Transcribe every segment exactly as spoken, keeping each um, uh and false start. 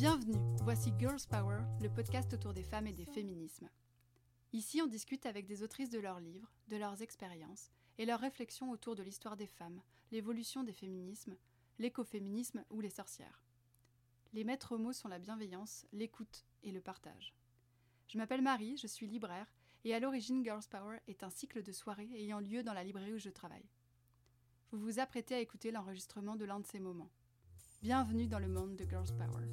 Bienvenue, voici Girls Power, le podcast autour des femmes et des féminismes. Ici, on discute avec des autrices de leurs livres, de leurs expériences et leurs réflexions autour de l'histoire des femmes, l'évolution des féminismes, l'écoféminisme ou les sorcières. Les maîtres mots sont la bienveillance, l'écoute et le partage. Je m'appelle Marie, je suis libraire et à l'origine Girls Power est un cycle de soirées ayant lieu dans la librairie où je travaille. Vous vous apprêtez à écouter l'enregistrement de l'un de ces moments. Bienvenue dans le monde de Girls Power.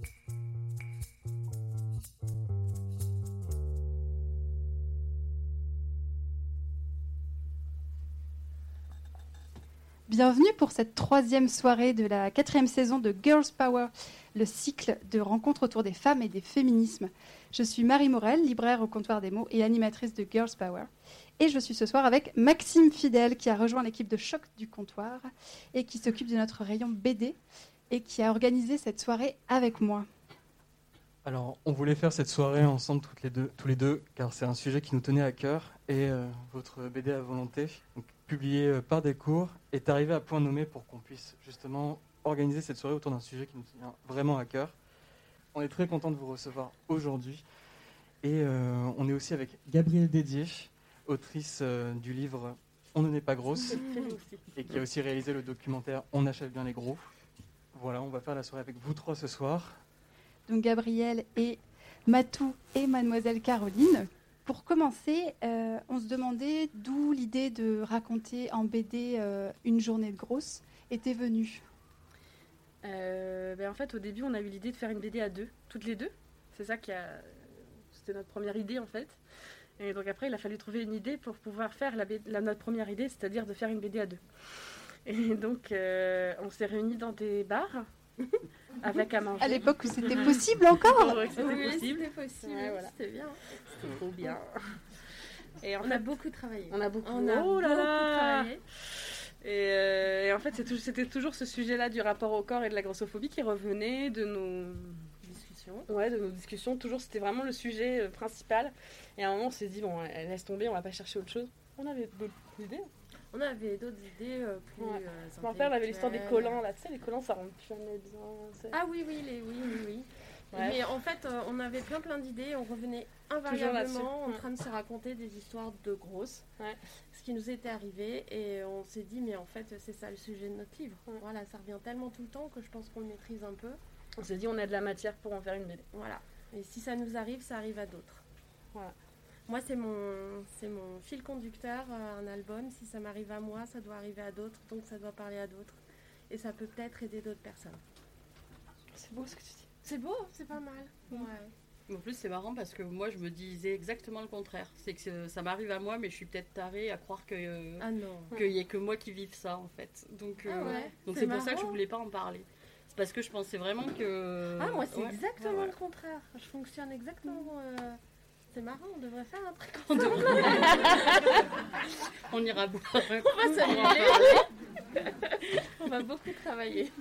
Bienvenue pour cette troisième soirée de la quatrième saison de Girls Power, le cycle de rencontres autour des femmes et des féminismes. Je suis Marie Morel, libraire au comptoir des mots et animatrice de Girls Power. Et je suis ce soir avec Maxime Fidèle, qui a rejoint l'équipe de Choc du comptoir et qui s'occupe de notre rayon B D et qui a organisé cette soirée avec moi. Alors, on voulait faire cette soirée ensemble toutes les deux, tous les deux, car c'est un sujet qui nous tenait à cœur. Et euh, votre B D à volonté, donc, publié euh, par Descours, est arrivé à point nommé pour qu'on puisse justement organiser cette soirée autour d'un sujet qui nous tient vraiment à cœur. On est très content de vous recevoir aujourd'hui. Et euh, on est aussi avec Gabrielle Dédier, autrice euh, du livre « On ne n'est pas grosse » et qui a aussi réalisé le documentaire « On achève bien les gros ». Voilà, on va faire la soirée avec vous trois ce soir. Donc Gabrielle et Matou et Mademoiselle Caroline. Pour commencer, euh, on se demandait d'où l'idée de raconter en B D euh, une journée de grosse était venue. Euh, ben en fait, au début, on a eu l'idée de faire une B D à deux, toutes les deux. C'est ça qui a... C'était notre première idée, en fait. Et donc après, il a fallu trouver une idée pour pouvoir faire la B D... la... notre première idée, c'est-à-dire de faire une B D à deux. Et donc, euh, on s'est réunis dans des bars avec à manger. À l'époque où c'était possible encore. Ouais, c'était oui, possible. c'était possible. Ouais, voilà. C'était bien. C'était trop bien. Et en On fait, a beaucoup travaillé. on a beaucoup, On a oh là beaucoup là travaillé. Et, euh, et en fait, c'est tout- c'était toujours ce sujet-là du rapport au corps et de la grossophobie qui revenait de nos Discussion. Ouais, de nos discussions, toujours c'était vraiment le sujet euh, principal. Et à un moment, on s'est dit, bon, euh, laisse tomber, on va pas chercher autre chose. On avait d'autres idées. On avait d'autres idées euh, plus. Ouais. euh, Je me rappelle, on avait l'histoire des intellectuelles. collants, là, tu sais, les collants, ça rentre jamais bien. c'est- Ah oui, oui, les, oui, oui, oui. Ouais. Mais en fait, euh, on avait plein plein d'idées. On revenait là-dessus. invariablement en Ouais. train de se raconter des histoires de grosses. Ouais. Ce qui nous était arrivé. Et on s'est dit, mais en fait, c'est ça le sujet de notre livre. Ouais. Voilà, ça revient tellement tout le temps que je pense qu'on le maîtrise un peu. On s'est dit, on a de la matière pour en faire une B D. Voilà. Et si ça nous arrive, ça arrive à d'autres. Voilà. Moi, c'est mon, c'est mon fil conducteur, euh, un album. Si ça m'arrive à moi, ça doit arriver à d'autres, donc ça doit parler à d'autres. Et ça peut peut-être aider d'autres personnes. C'est beau ce que tu dis. C'est beau, c'est pas mal. Ouais. En plus, c'est marrant parce que moi, je me disais exactement le contraire. C'est que c'est- ça m'arrive à moi, mais je suis peut-être tarée à croire que euh, Ah non. qu'il y a que moi qui vive ça, en fait. Donc, Ah euh, ouais, donc c'est c'est, pour ça que je marrant. voulais pas en parler. C'est parce que je pensais vraiment que. Ah, moi, c'est Ouais. exactement Ouais, ouais. le contraire. Je fonctionne exactement. euh, C'est marrant, on devrait faire un truc. On devrait- On ira boire. On va s'amuser. On va beaucoup travailler.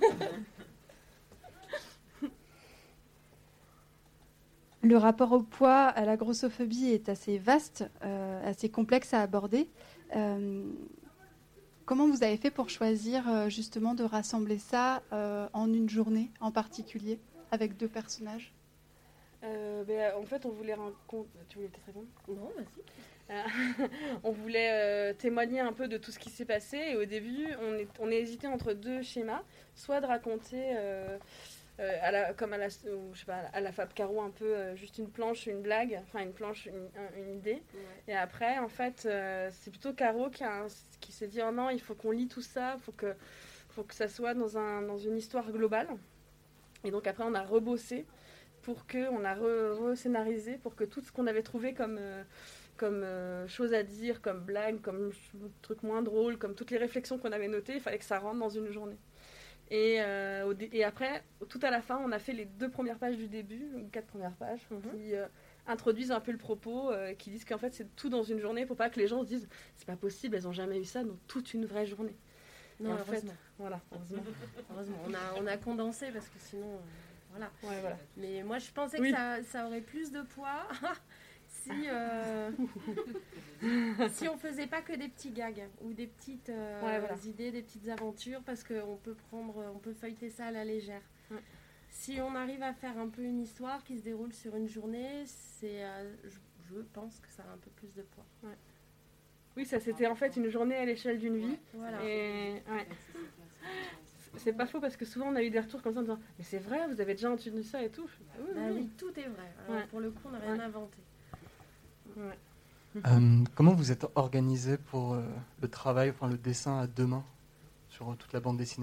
Le rapport au poids, à la grossophobie est assez vaste, euh, assez complexe à aborder. Euh, comment vous avez fait pour choisir euh, justement de rassembler ça euh, en une journée en particulier avec deux personnages? Euh, ben, en fait, on voulait raconter. Tu voulais peut-être répondre? Non, vas-y. Euh, on voulait euh, témoigner un peu de tout ce qui s'est passé. Et au début, on, est, on a hésité entre deux schémas. Soit de raconter, euh, euh, à la, comme à la, ou, je sais pas, à la Fab Caro, un peu euh, juste une planche, une blague, enfin une planche, une, un- une idée. Ouais. Et après, en fait, euh, c'est plutôt Caro qui, a un- qui s'est dit oh non, il faut qu'on lit tout ça, il faut que, faut que ça soit dans, un, dans une histoire globale. Et donc après, on a rebossé pour que, on a re- re-scénarisé pour que tout ce qu'on avait trouvé comme, euh, comme euh, chose à dire, comme blague, comme ch- truc moins drôle, comme toutes les réflexions qu'on avait notées, il fallait que ça rentre dans une journée. Et, euh, au dé- et après, tout à la fin, on a fait les deux premières pages du début, ou quatre premières pages, Mhm. qui euh, introduisent un peu le propos, euh, qui disent qu'en fait c'est tout dans une journée pour pas que les gens se disent c'est pas possible, elles ont jamais eu ça dans toute une vraie journée. Non, Et en fait, heureusement. voilà, heureusement. Heureusement. On a, on a condensé parce que sinon. euh, voilà. Ouais, voilà. Mais moi, je pensais Oui. que ça, ça aurait plus de poids si, euh, si on faisait pas que des petits gags ou des petites euh, Ouais, voilà. idées, des petites aventures, parce qu'on peut prendre, on peut feuilleter ça à la légère. Ouais. Si on arrive à faire un peu une histoire qui se déroule sur une journée, c'est, euh, je, je pense que ça a un peu plus de poids. Ouais. Oui, ça c'était en fait une journée à l'échelle d'une vie. Voilà. Et ouais. C'est pas faux parce que souvent on a eu des retours comme ça en disant mais c'est vrai, vous avez déjà entendu ça et tout. Oui, Bah oui. oui, tout est vrai. Alors, Ouais. pour le coup, on n'a rien Ouais. inventé. Ouais. Euh, comment vous êtes organisé pour euh, le travail, enfin le dessin à deux mains sur euh, toute la bande dessinée?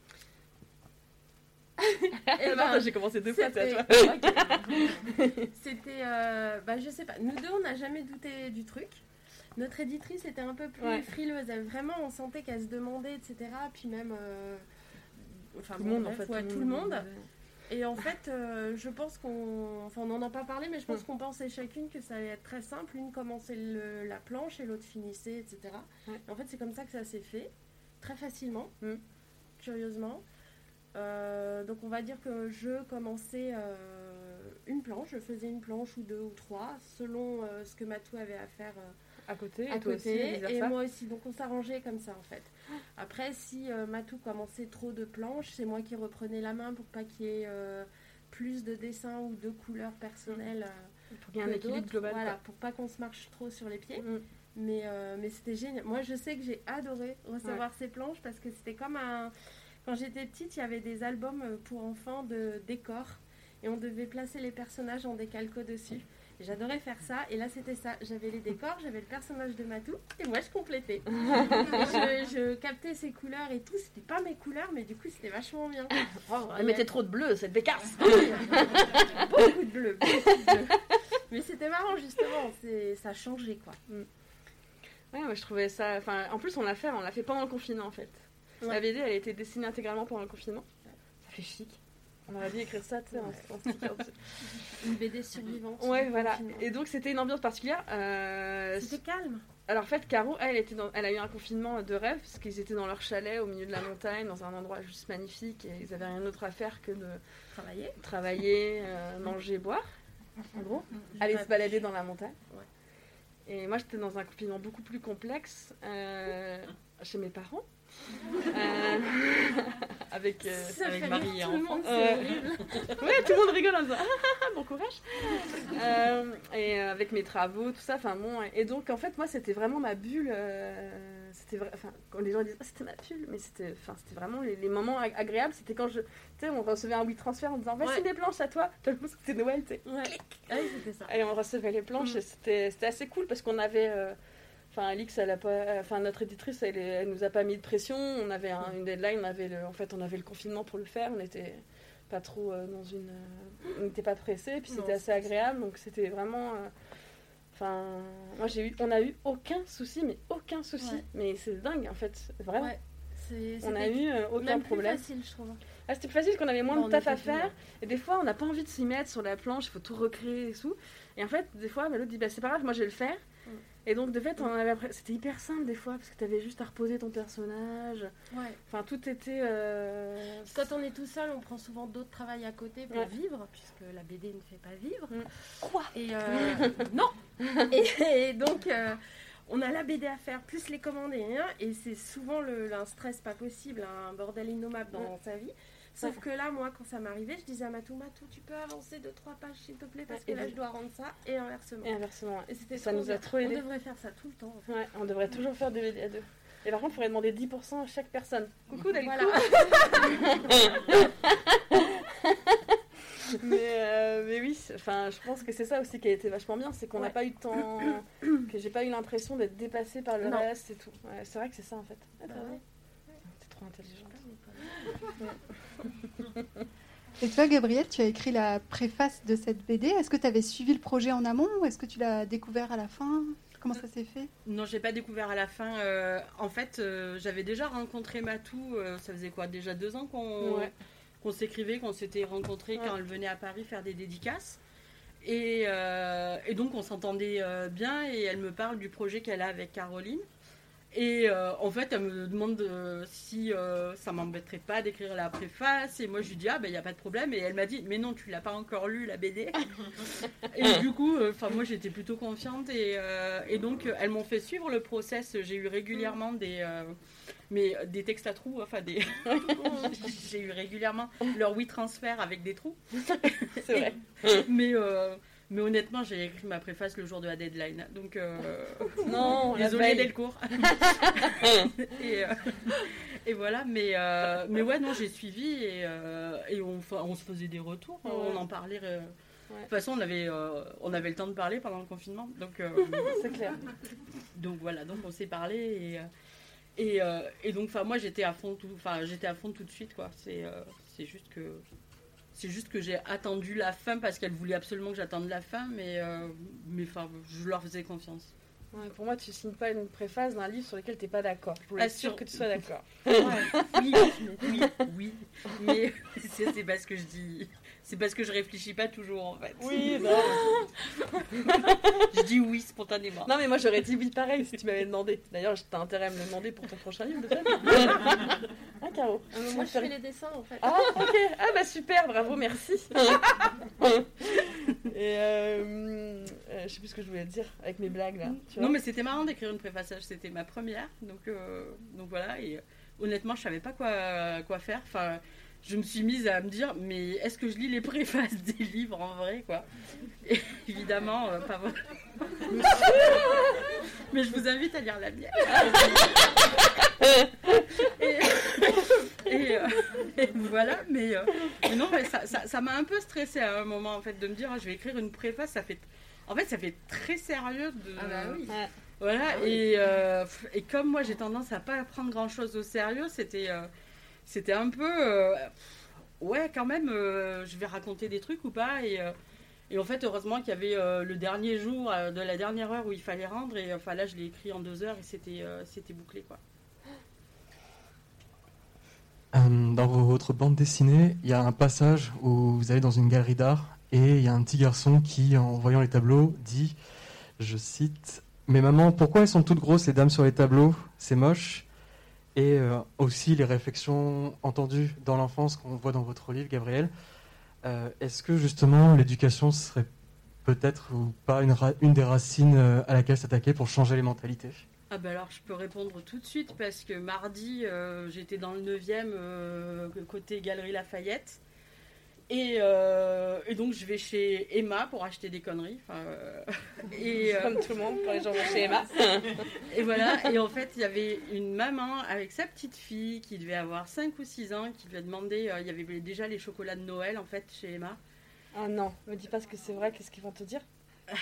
Eh Non, ben, j'ai commencé deux fois, c'est à C'était, toi. ok. C'était, euh, bah, je sais pas, nous deux on n'a jamais douté du truc. Notre éditrice était un peu plus Ouais. frileuse, elle, vraiment on sentait qu'elle se demandait, et cetera. Puis même, euh, enfin Tout bon, le monde en bref, fait. ouais, tout le monde. Et en fait, euh, je pense qu'on, enfin on n'en a pas parlé, mais je pense Mm. qu'on pensait chacune que ça allait être très simple. Une commençait le- la planche et l'autre finissait, et cetera. Ouais. Et en fait, c'est comme ça que ça s'est fait, très facilement, Mm. curieusement. Euh, donc on va dire que je commençais euh, une planche, je faisais une planche ou deux ou trois, selon euh, ce que Matou avait à faire euh, À côté, à et toi aussi, côté, et vice-versa. moi aussi. Donc on s'arrangeait comme ça en fait. Après, si euh, Matou commençait trop de planches, c'est moi qui reprenais la main pour pas qu'il y ait euh, plus de dessins ou de couleurs personnelles. euh, Pour qu'il y ait un que équilibre d'autres. global. Voilà, quoi. pour pas qu'on se marche trop sur les pieds. Mm. Mais, euh, mais c'était génial. Moi, je sais que j'ai adoré recevoir ces planches parce que c'était comme un... Quand j'étais petite, il y avait des albums euh, pour enfants de décors et on devait placer les personnages en décalco dessus. Et j'adorais faire ça. Et là, c'était ça. J'avais les décors, j'avais le personnage de Matou et moi, je complétais. Et je, je captais ses couleurs et tout. C'était pas mes couleurs, mais du coup, c'était vachement bien. Oh, elle mettait trop de bleu, cette bécasse. Beaucoup de bleu, beaucoup de bleu. Mais c'était marrant, justement. C'est... Ça changeait, quoi. Ouais, moi je trouvais ça. Enfin, en plus, on l'a fait, on l'a fait pendant le confinement en fait. Ouais. La B D, elle a été dessinée intégralement pendant le confinement. Ça fait chic. On aurait dû écrire ça, tu sais, en, en sticker. Une B D survivante. Ouais, du voilà. confinement. Et donc, c'était une ambiance particulière. Euh, C'était calme. Alors, en fait, Caro, elle, était dans... elle a eu un confinement de rêve, parce qu'ils étaient dans leur chalet au milieu de la montagne, dans un endroit juste magnifique, et ils avaient rien d'autre à faire que de Travailler. travailler, euh, manger, boire, en gros. Aller se balader dans la montagne. Ouais. Et moi, j'étais dans un confinement beaucoup plus complexe, euh, chez mes parents. Euh, avec euh, Ça avec fait Marie rire et tout le enfant. monde, c'est Ouais. horrible. ouais, tout le monde rigole en disant ah, ah, ah, bon courage. Euh, et euh, avec mes travaux, tout ça, enfin bon. Et donc en fait, moi, c'était vraiment ma bulle. euh, c'était vrai, enfin, quand les gens disent ah, c'était ma bulle, mais c'était, enfin, c'était vraiment les, les moments ag- agréables. C'était quand je, tu sais, on recevait un WeTransfer en disant vas-y Ouais. des planches à toi. Tout le monde, c'était Noël, tu sais. Ouais. Ah oui, c'était ça. Et on recevait les planches Mm. et c'était, c'était assez cool parce qu'on avait. euh, Enfin, Alix, elle a pas, enfin notre éditrice, elle, est- elle nous a pas mis de pression. On avait un- une deadline, on avait le, en fait, on avait le confinement pour le faire. On n'était pas trop euh, dans une, euh, on n'était pas pressé. Puis Non, c'était assez c'est- agréable, donc c'était vraiment. euh, Enfin, moi j'ai eu, on a eu aucun souci, mais aucun souci. Ouais. Mais c'est dingue en fait, vraiment. Ouais. C'est, On a c'était eu euh, aucun même plus problème. facile, je trouve. Ah, c'était plus facile parce qu'on avait moins Bon, de on taf à était deux, faire. ouais. Et des fois, on n'a pas envie de s'y mettre sur la planche, il faut tout recréer et tout. Et en fait, des fois, bah, l'autre dit bah, c'est pas grave, moi je vais le faire. Mm. Et donc, de fait, on avait appris- c'était hyper simple des fois parce que tu avais juste à reposer ton personnage. Ouais. Enfin, tout était. euh, Quand on est tout seul, on prend souvent d'autres travails à côté pour Ouais. vivre, puisque la B D ne fait pas vivre. Mm. Quoi Et euh, non. Et, et donc, euh, on a la B D à faire, plus les commandes et rien, et c'est souvent le, un stress pas possible, un bordel innommable dans Ouais. sa vie. Sauf que là, moi, quand ça m'arrivait, je disais à Matou, Matou, tu peux avancer deux, trois pages, s'il te plaît, parce Ouais, que et là, vous- je dois rendre ça, et inversement. Et inversement, ouais. Et c'était Ça trop nous a bien. trop On aidé. devrait faire ça tout le temps. En fait. Ouais, on devrait toujours faire des B D à deux. Et par contre, il faudrait demander dix pour cent à chaque personne. Coucou, Delco. Voilà. mais, euh, mais oui, enfin, je pense que c'est ça aussi qui a été vachement bien, c'est qu'on n'a Ouais. pas eu de temps, que j'ai pas eu l'impression d'être dépassée par le Non. reste et tout. Ouais, c'est vrai que c'est ça en fait. Ah, t'as Bah raison. ouais. T'es trop intelligente. Et toi, Gabrielle, tu as écrit la préface de cette B D. Est-ce que tu avais suivi le projet en amont ou est-ce que tu l'as découvert à la fin? Comment ça s'est fait? Non, j'ai pas découvert à la fin. Euh, en fait, euh, j'avais déjà rencontré Matou. euh, ça faisait quoi? Déjà deux ans qu'on Ouais. qu'on s'écrivait, qu'on s'était rencontrés Ouais. quand elle venait à Paris faire des dédicaces. Et, euh, et donc, on s'entendait euh, bien et elle me parle du projet qu'elle a avec Caroline. Et euh, en fait, elle me demande euh, si euh, ça m'embêterait pas d'écrire la préface. Et moi, je lui dis, ah ben, il n'y a pas de problème. Et elle m'a dit, mais non, tu l'as pas encore lu, la B D. Et du coup, enfin euh, moi, j'étais plutôt confiante. Et, euh, et donc, euh, elles m'ont fait suivre le process. J'ai eu régulièrement des, euh, mais, des textes à trous. Enfin, des... j'ai eu régulièrement leur WeTransfer avec des trous. C'est vrai. Et, mais... Euh, Mais honnêtement, j'ai écrit ma préface le jour de la deadline. Donc, euh, non, désolée dès le cours. et, euh, et voilà, mais, euh, mais ouais, non, j'ai suivi et, euh, et on, on se faisait des retours. Ouais. On en parlait. Euh, ouais. De toute façon, on avait, euh, on avait le temps de parler pendant le confinement. Donc, euh, c'est clair. Donc voilà, donc on s'est parlé et, et, euh, et donc moi, j'étais à fond tout, j'étais à fond tout de suite, quoi. C'est, euh, c'est juste que. C'est juste que j'ai attendu la fin parce qu'elle voulait absolument que j'attende la fin, mais, euh, mais je leur faisais confiance. Ouais, pour moi, tu signes pas une préface d'un livre sur lequel tu n'es pas d'accord. Je voulais être sûre que tu sois d'accord. Ouais, oui, oui, oui, mais c'est, c'est parce que je dis... C'est parce que je réfléchis pas toujours, en fait. Oui, non. Je dis oui spontanément. Non, mais moi, j'aurais dit oui pareil si tu m'avais demandé. D'ailleurs, t'as intérêt à me le demander pour ton prochain livre, de fait. Ah, Caro. Ah, moi, je fais les dessins, en fait. Ah, ok. Ah, bah super, bravo, merci. Et euh, euh, je sais plus ce que je voulais te dire avec mes blagues, là. Tu vois non, mais c'était marrant d'écrire une préface. C'était ma première. Donc, euh, donc voilà. Et euh, honnêtement, je savais pas quoi, quoi faire. Enfin... Je me suis mise à me dire, mais est-ce que je lis les préfaces des livres en vrai, quoi ? Et évidemment, euh, pas vrai. Mais je vous invite à lire la mienne. et, et, euh, et voilà, mais, euh, mais non, mais ça, ça, ça m'a un peu stressée à un moment, en fait, de me dire, ah, je vais écrire une préface, ça fait... En fait, ça fait très sérieux de... Ah bah oui. Voilà, ah oui. et, euh, et comme moi, j'ai tendance à pas prendre grand-chose au sérieux, c'était... Euh, C'était un peu, euh, ouais, quand même, euh, je vais raconter des trucs ou pas. Et, euh, et en fait, heureusement qu'il y avait euh, le dernier jour euh, de la dernière heure où il fallait rendre. Et enfin là, je l'ai écrit en deux heures et c'était, euh, c'était bouclé, quoi. Euh, dans votre bande dessinée, il y a un passage où vous allez dans une galerie d'art et il y a un petit garçon qui, en voyant les tableaux, dit, je cite, « Mais maman, pourquoi elles sont toutes grosses les dames sur les tableaux ? C'est moche ». Et euh, aussi les réflexions entendues dans l'enfance qu'on voit dans votre livre, Gabriel. Euh, est-ce que justement l'éducation serait peut-être ou pas une, ra- une des racines euh, à laquelle s'attaquer pour changer les mentalités ? Ah bah alors je peux répondre tout de suite parce que mardi euh, j'étais dans le neuvième euh, côté Galerie Lafayette. Et, euh, et donc je vais chez Emma pour acheter des conneries. Euh, et, euh, Comme tout le monde, quand les gens vont chez Emma. Et voilà, et en fait il y avait une maman avec sa petite fille qui devait avoir cinq ou six ans qui lui a demandé, euh, il y avait déjà les chocolats de Noël en fait chez Emma. Ah non, me dis pas ce que c'est vrai, qu'est-ce qu'ils vont te dire ?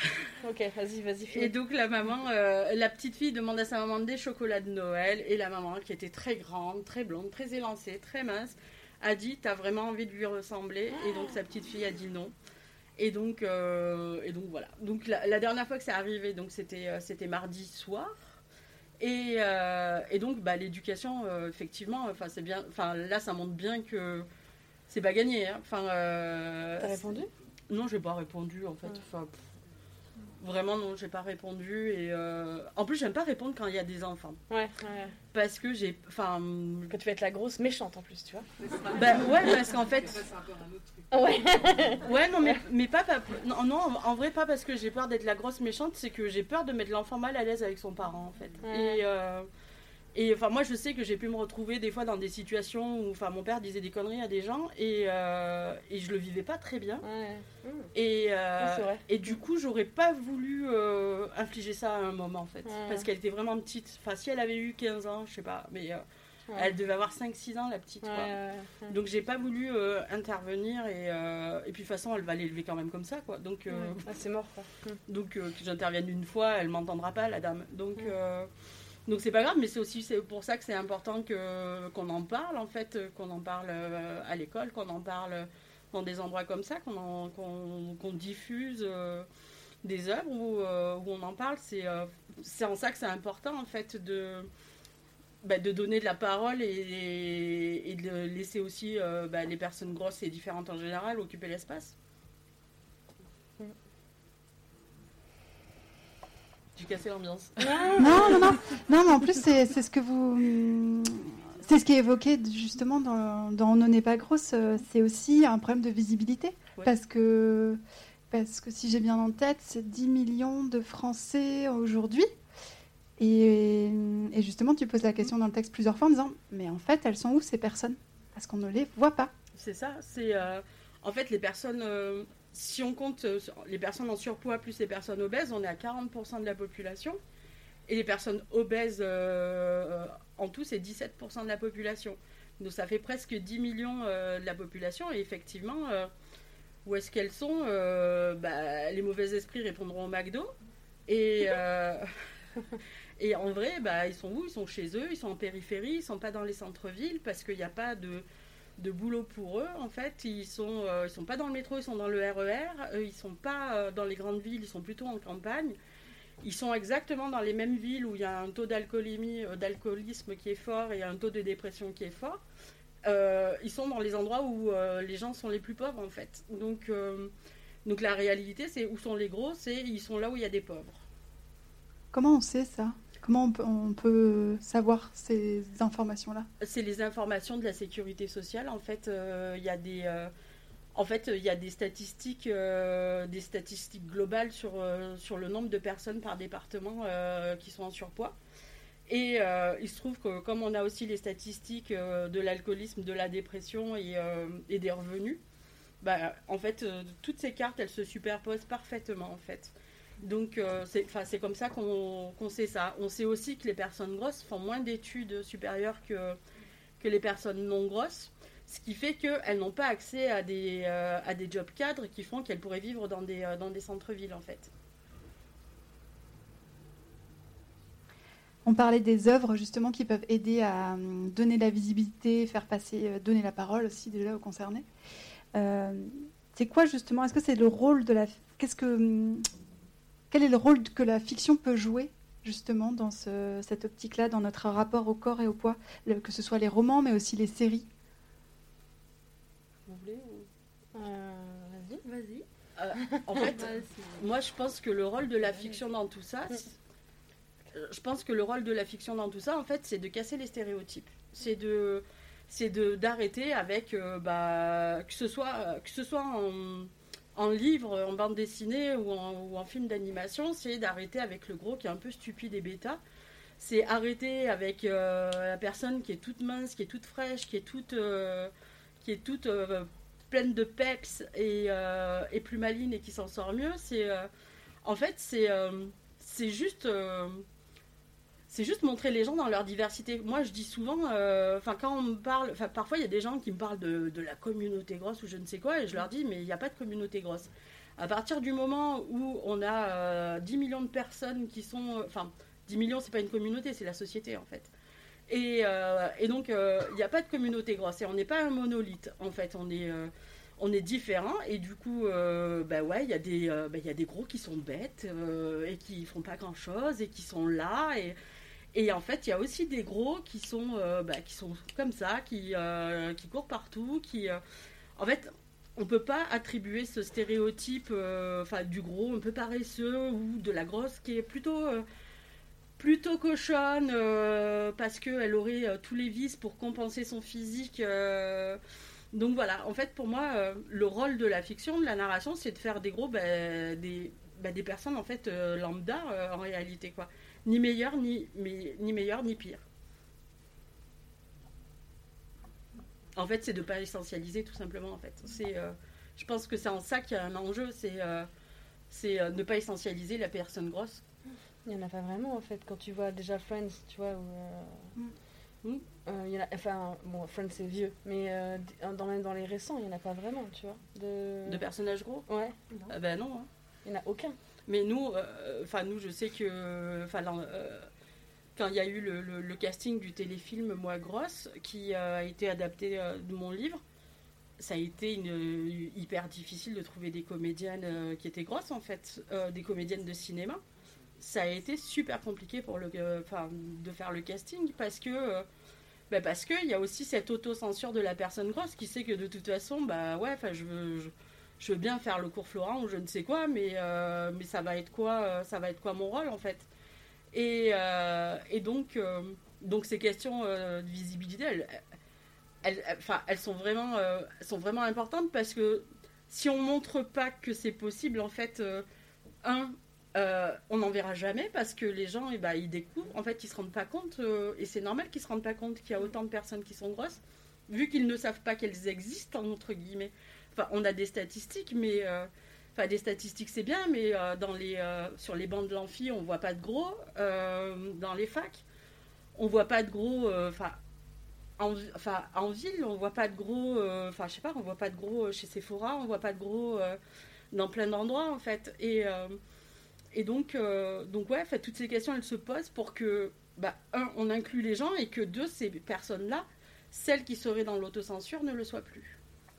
Ok, vas-y, vas-y, finis. Et donc la maman, euh, la petite fille demande à sa maman des chocolats de Noël et la maman qui était très grande, très blonde, très élancée, très mince, a dit, t'as vraiment envie de lui ressembler ? Et donc sa petite fille a dit non. Et donc, euh, et donc voilà. Donc la, la dernière fois que c'est arrivé, donc c'était, euh, c'était mardi soir. Et, euh, et donc bah, l'éducation, euh, effectivement, enfin c'est bien. Enfin là, ça montre bien que c'est pas gagné. Hein. Enfin. Euh, T'as répondu ? Non, j'ai pas répondu en fait. Enfin. Pff, Vraiment, non, j'ai pas répondu. Et euh... En plus, j'aime pas répondre quand il y a des enfants. Ouais, ouais. Parce que j'ai. Enfin. Que tu vas être la grosse méchante en plus, tu vois. Bah ouais, parce qu'en fait. C'est encore un autre truc. Ouais. Ouais, non, mais, mais pas, pas. Non, non, en vrai, pas parce que j'ai peur d'être la grosse méchante, c'est que j'ai peur de mettre l'enfant mal à l'aise avec son parent, en fait. Ouais. Et. Euh... Et enfin, moi, je sais que j'ai pu me retrouver des fois dans des situations où enfin, mon père disait des conneries à des gens et, euh, et je le vivais pas très bien. Ouais. Mmh. Et, euh, Oui, c'est vrai. et du coup, j'aurais pas voulu euh, infliger ça à un moment, en fait. Ouais. Parce qu'elle était vraiment petite. Enfin, si elle avait eu quinze ans, je sais pas, mais euh, Ouais. elle devait avoir cinq six ans, la petite. Ouais, Quoi. ouais, ouais. Donc, j'ai pas voulu euh, intervenir. Et, euh, et puis, de toute façon, elle va l'élever quand même comme ça, quoi. Donc, euh, Ouais. Ah, c'est mort, quoi. Mmh. donc euh, que j'intervienne une fois, elle m'entendra pas, la dame. Donc... Mm. Euh, Donc c'est pas grave, mais c'est aussi c'est pour ça que c'est important que, qu'on en parle, en fait, qu'on en parle euh, à l'école, qu'on en parle dans des endroits comme ça, qu'on, en, qu'on, qu'on diffuse euh, des œuvres où, euh, où on en parle. C'est, euh, c'est en ça que c'est important, en fait, de, bah, de donner de la parole et, et de laisser aussi euh, bah, les personnes grosses et différentes en général occuper l'espace. J'ai cassé l'ambiance. Non, non, non. Non, mais en plus, c'est, c'est ce que vous... C'est ce qui est évoqué justement dans, dans On n'est pas grosse. C'est aussi un problème de visibilité. Ouais. Parce que, parce que si j'ai bien en tête, c'est dix millions de Français aujourd'hui. Et, et justement, tu poses la question dans le texte plusieurs fois en disant « Mais en fait, elles sont où ces personnes ?» Parce qu'on ne les voit pas. C'est ça. C'est, euh, en fait, les personnes... Euh, si on compte euh, les personnes en surpoids plus les personnes obèses, on est à quarante pour cent de la population. Et les personnes obèses, euh, en tout, c'est dix-sept pour cent de la population. Donc ça fait presque dix millions euh, de la population. Et effectivement, euh, où est-ce qu'elles sont euh, bah, les mauvais esprits répondront au McDo. Et... Euh, Et en vrai, bah, ils sont où ? Ils sont chez eux, ils sont en périphérie, ils sont pas dans les centres-villes parce qu'il n'y a pas de, de boulot pour eux. En fait, ils sont, euh, ils sont pas dans le métro, ils sont dans le R E R. Euh, ils sont pas euh, dans les grandes villes, ils sont plutôt en campagne. Ils sont exactement dans les mêmes villes où il y a un taux d'alcoolémie, euh, d'alcoolisme qui est fort et un taux de dépression qui est fort. Euh, ils sont dans les endroits où euh, les gens sont les plus pauvres en fait. Donc, euh, donc la réalité, c'est où sont les gros, c'est ils sont là où il y a des pauvres. Comment on sait ça ? Comment on peut, on peut savoir ces informations-là ? C'est les informations de la sécurité sociale. En fait, il euh, y a des, euh, en fait, il y a des statistiques, euh, des statistiques globales sur euh, sur le nombre de personnes par département euh, qui sont en surpoids. Et euh, il se trouve que comme on a aussi les statistiques euh, de l'alcoolisme, de la dépression et, euh, et des revenus, bah, en fait, euh, toutes ces cartes, elles se superposent parfaitement, en fait. Donc, euh, c'est, c'est comme ça qu'on, qu'on sait ça. On sait aussi que les personnes grosses font moins d'études supérieures que, que les personnes non grosses, ce qui fait qu'elles n'ont pas accès à des, euh, à des jobs cadres qui font qu'elles pourraient vivre dans des, euh, dans des centres-villes, en fait. On parlait des œuvres, justement, qui peuvent aider à donner de la visibilité, faire passer, donner la parole aussi, déjà, aux concernés. Euh, c'est quoi, justement ? Est-ce que c'est le rôle de la... Qu'est-ce que... Quel est le rôle que la fiction peut jouer, justement, dans ce, cette optique-là, dans notre rapport au corps et au poids, le, que ce soit les romans, mais aussi les séries ? Vous voulez ou... euh, Vas-y. Vas-y. Euh, en fait, moi, je pense que le rôle de la fiction dans tout ça, je pense que le rôle de la fiction dans tout ça, en fait, c'est de casser les stéréotypes. C'est de, c'est de d'arrêter avec, euh, bah, que ce soit, que ce soit en en livre, en bande dessinée ou en, ou en film d'animation, c'est d'arrêter avec le gros qui est un peu stupide et bêta. C'est arrêter avec euh, la personne qui est toute mince, qui est toute fraîche, qui est toute, euh, qui est toute euh, pleine de peps et, euh, et plus maligne et qui s'en sort mieux. C'est, euh, en fait, c'est, euh, c'est juste... Euh, C'est juste montrer les gens dans leur diversité. Moi, je dis souvent, euh, quand on me parle, parfois il y a des gens qui me parlent de, de la communauté grosse ou je ne sais quoi, et je leur dis, mais il n'y a pas de communauté grosse. À partir du moment où on a euh, dix millions de personnes qui sont... Enfin, dix millions, c'est pas une communauté, c'est la société, en fait. Et, euh, et donc, il euh, n'y a pas de communauté grosse, et on n'est pas un monolithe, en fait. On est... Euh, on est différents, et du coup, euh, bah ouais, il y a des, euh, bah, y a des gros qui sont bêtes, euh, et qui font pas grand-chose, et qui sont là, et... Et en fait, il y a aussi des gros qui sont, euh, bah, qui sont comme ça, qui, euh, qui courent partout, qui... Euh... En fait, on ne peut pas attribuer ce stéréotype euh, du gros un peu paresseux ou de la grosse qui est plutôt, euh, plutôt cochonne euh, parce qu'elle aurait euh, tous les vices pour compenser son physique. Euh... Donc voilà, en fait, pour moi, euh, le rôle de la fiction, de la narration, c'est de faire des gros, bah, des, bah, des personnes en fait euh, lambda euh, en réalité, quoi. Ni meilleur, ni, mais, ni meilleur, ni pire. En fait, c'est de ne pas essentialiser, tout simplement, en fait. C'est, euh, je pense que c'est en ça qu'il y a un enjeu, c'est, euh, c'est euh, ne pas essentialiser la personne grosse. Il n'y en a pas vraiment, en fait. Quand tu vois déjà Friends, tu vois, où... Euh, mm. euh, il y en a, enfin, bon, Friends, c'est vieux, mais euh, dans, même dans les récents, il n'y en a pas vraiment, tu vois. De, de personnages gros ? Ouais. Ah ben non. Hein. Il n'y en a aucun. Mais nous, enfin euh, nous, je sais que, enfin, euh, quand il y a eu le, le, le casting du téléfilm Moi Grosse, qui euh, a été adapté euh, de mon livre, ça a été une, une, hyper difficile de trouver des comédiennes euh, qui étaient grosses en fait, euh, des comédiennes de cinéma. Ça a été super compliqué pour le, enfin, euh, de faire le casting parce que, euh, bah, parce que il y a aussi cette autocensure de la personne grosse qui sait que de toute façon, bah ouais, enfin, je veux. Je, je veux bien faire le cours Florent ou je ne sais quoi, mais, euh, mais ça va être quoi, euh, ça va être quoi mon rôle en fait. Et, euh, et donc, euh, donc ces questions euh, de visibilité, elles, elles, elles, enfin, elles sont vraiment, euh, sont vraiment importantes parce que si on montre pas que c'est possible, en fait, euh, un, euh, on n'en verra jamais parce que les gens, eh ben, ils découvrent, en fait, ils se rendent pas compte, euh, et c'est normal qu'ils se rendent pas compte qu'il y a autant de personnes qui sont grosses, vu qu'ils ne savent pas qu'elles existent, entre guillemets. Enfin, on a des statistiques, mais... Euh, Enfin, des statistiques, c'est bien, mais euh, dans les, euh, sur les bancs de l'amphi, on voit pas de gros. Euh, dans les facs, on voit pas de gros... Enfin, en, en ville, on voit pas de gros... Enfin, euh, je sais pas, on voit pas de gros chez Sephora, on voit pas de gros euh, dans plein d'endroits, en fait. Et, euh, et donc, euh, donc, ouais, fait, toutes ces questions, elles se posent pour que, bah, un, on inclut les gens, et que, deux, ces personnes-là, celles qui seraient dans l'autocensure, ne le soient plus.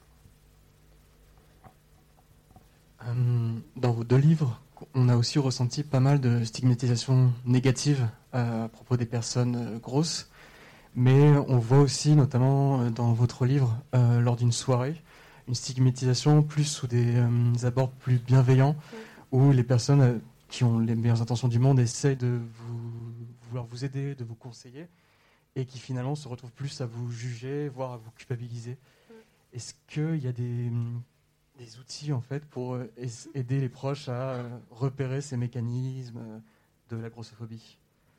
Dans vos deux livres, on a aussi ressenti pas mal de stigmatisation négative à propos des personnes grosses, mais on voit aussi, notamment dans votre livre, euh, lors d'une soirée, une stigmatisation plus sous des euh, abords plus bienveillants, où les personnes euh, qui ont les meilleures intentions du monde essayent de vous, vouloir vous aider, de vous conseiller, et qui finalement se retrouvent plus à vous juger, voire à vous culpabiliser. Est-ce qu'il y a des... des outils en fait pour euh, aider les proches à euh, repérer ces mécanismes euh, de la grossophobie?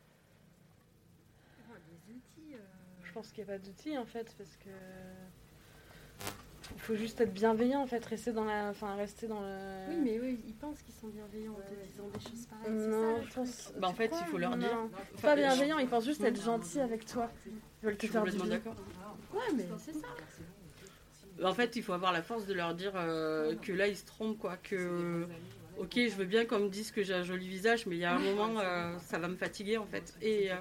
Des outils, euh... Je pense qu'il n'y a pas d'outils en fait parce que il faut juste être bienveillant en fait, rester dans la, enfin rester dans le. Oui, mais oui, ils pensent qu'ils sont bienveillants en te disant des choses pareilles. Non, c'est ça, je pense. Bah en fait, il faut leur dire. Non, pas bienveillant, ils pensent juste être gentils avec toi. Ils veulent te faire du bien. D'accord. Ouais, mais c'est ça. En fait, il faut avoir la force de leur dire euh, que là, ils se trompent, quoi. Que, ok, je veux bien qu'on me dise que j'ai un joli visage, mais il y a un moment, euh, ça va me fatiguer, en fait. Et, euh,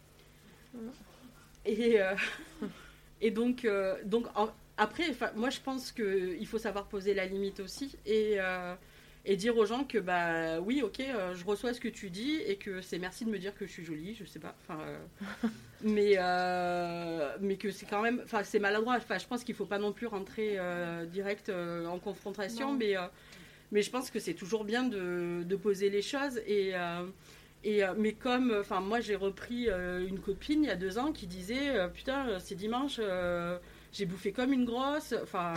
et, euh, et donc, euh, donc en, après, moi, je pense qu'il faut savoir poser la limite aussi et, euh, et dire aux gens que, bah oui, ok, euh, je reçois ce que tu dis et que c'est merci de me dire que je suis jolie, je sais pas. Enfin. Euh, mais euh, mais que c'est quand même, enfin c'est maladroit, enfin je pense qu'il faut pas non plus rentrer euh, direct euh, en confrontation, non. mais euh, mais je pense que c'est toujours bien de, de poser les choses et euh, et euh, mais comme enfin moi j'ai repris euh, une copine il y a deux ans qui disait euh, putain c'est dimanche euh, j'ai bouffé comme une grosse, enfin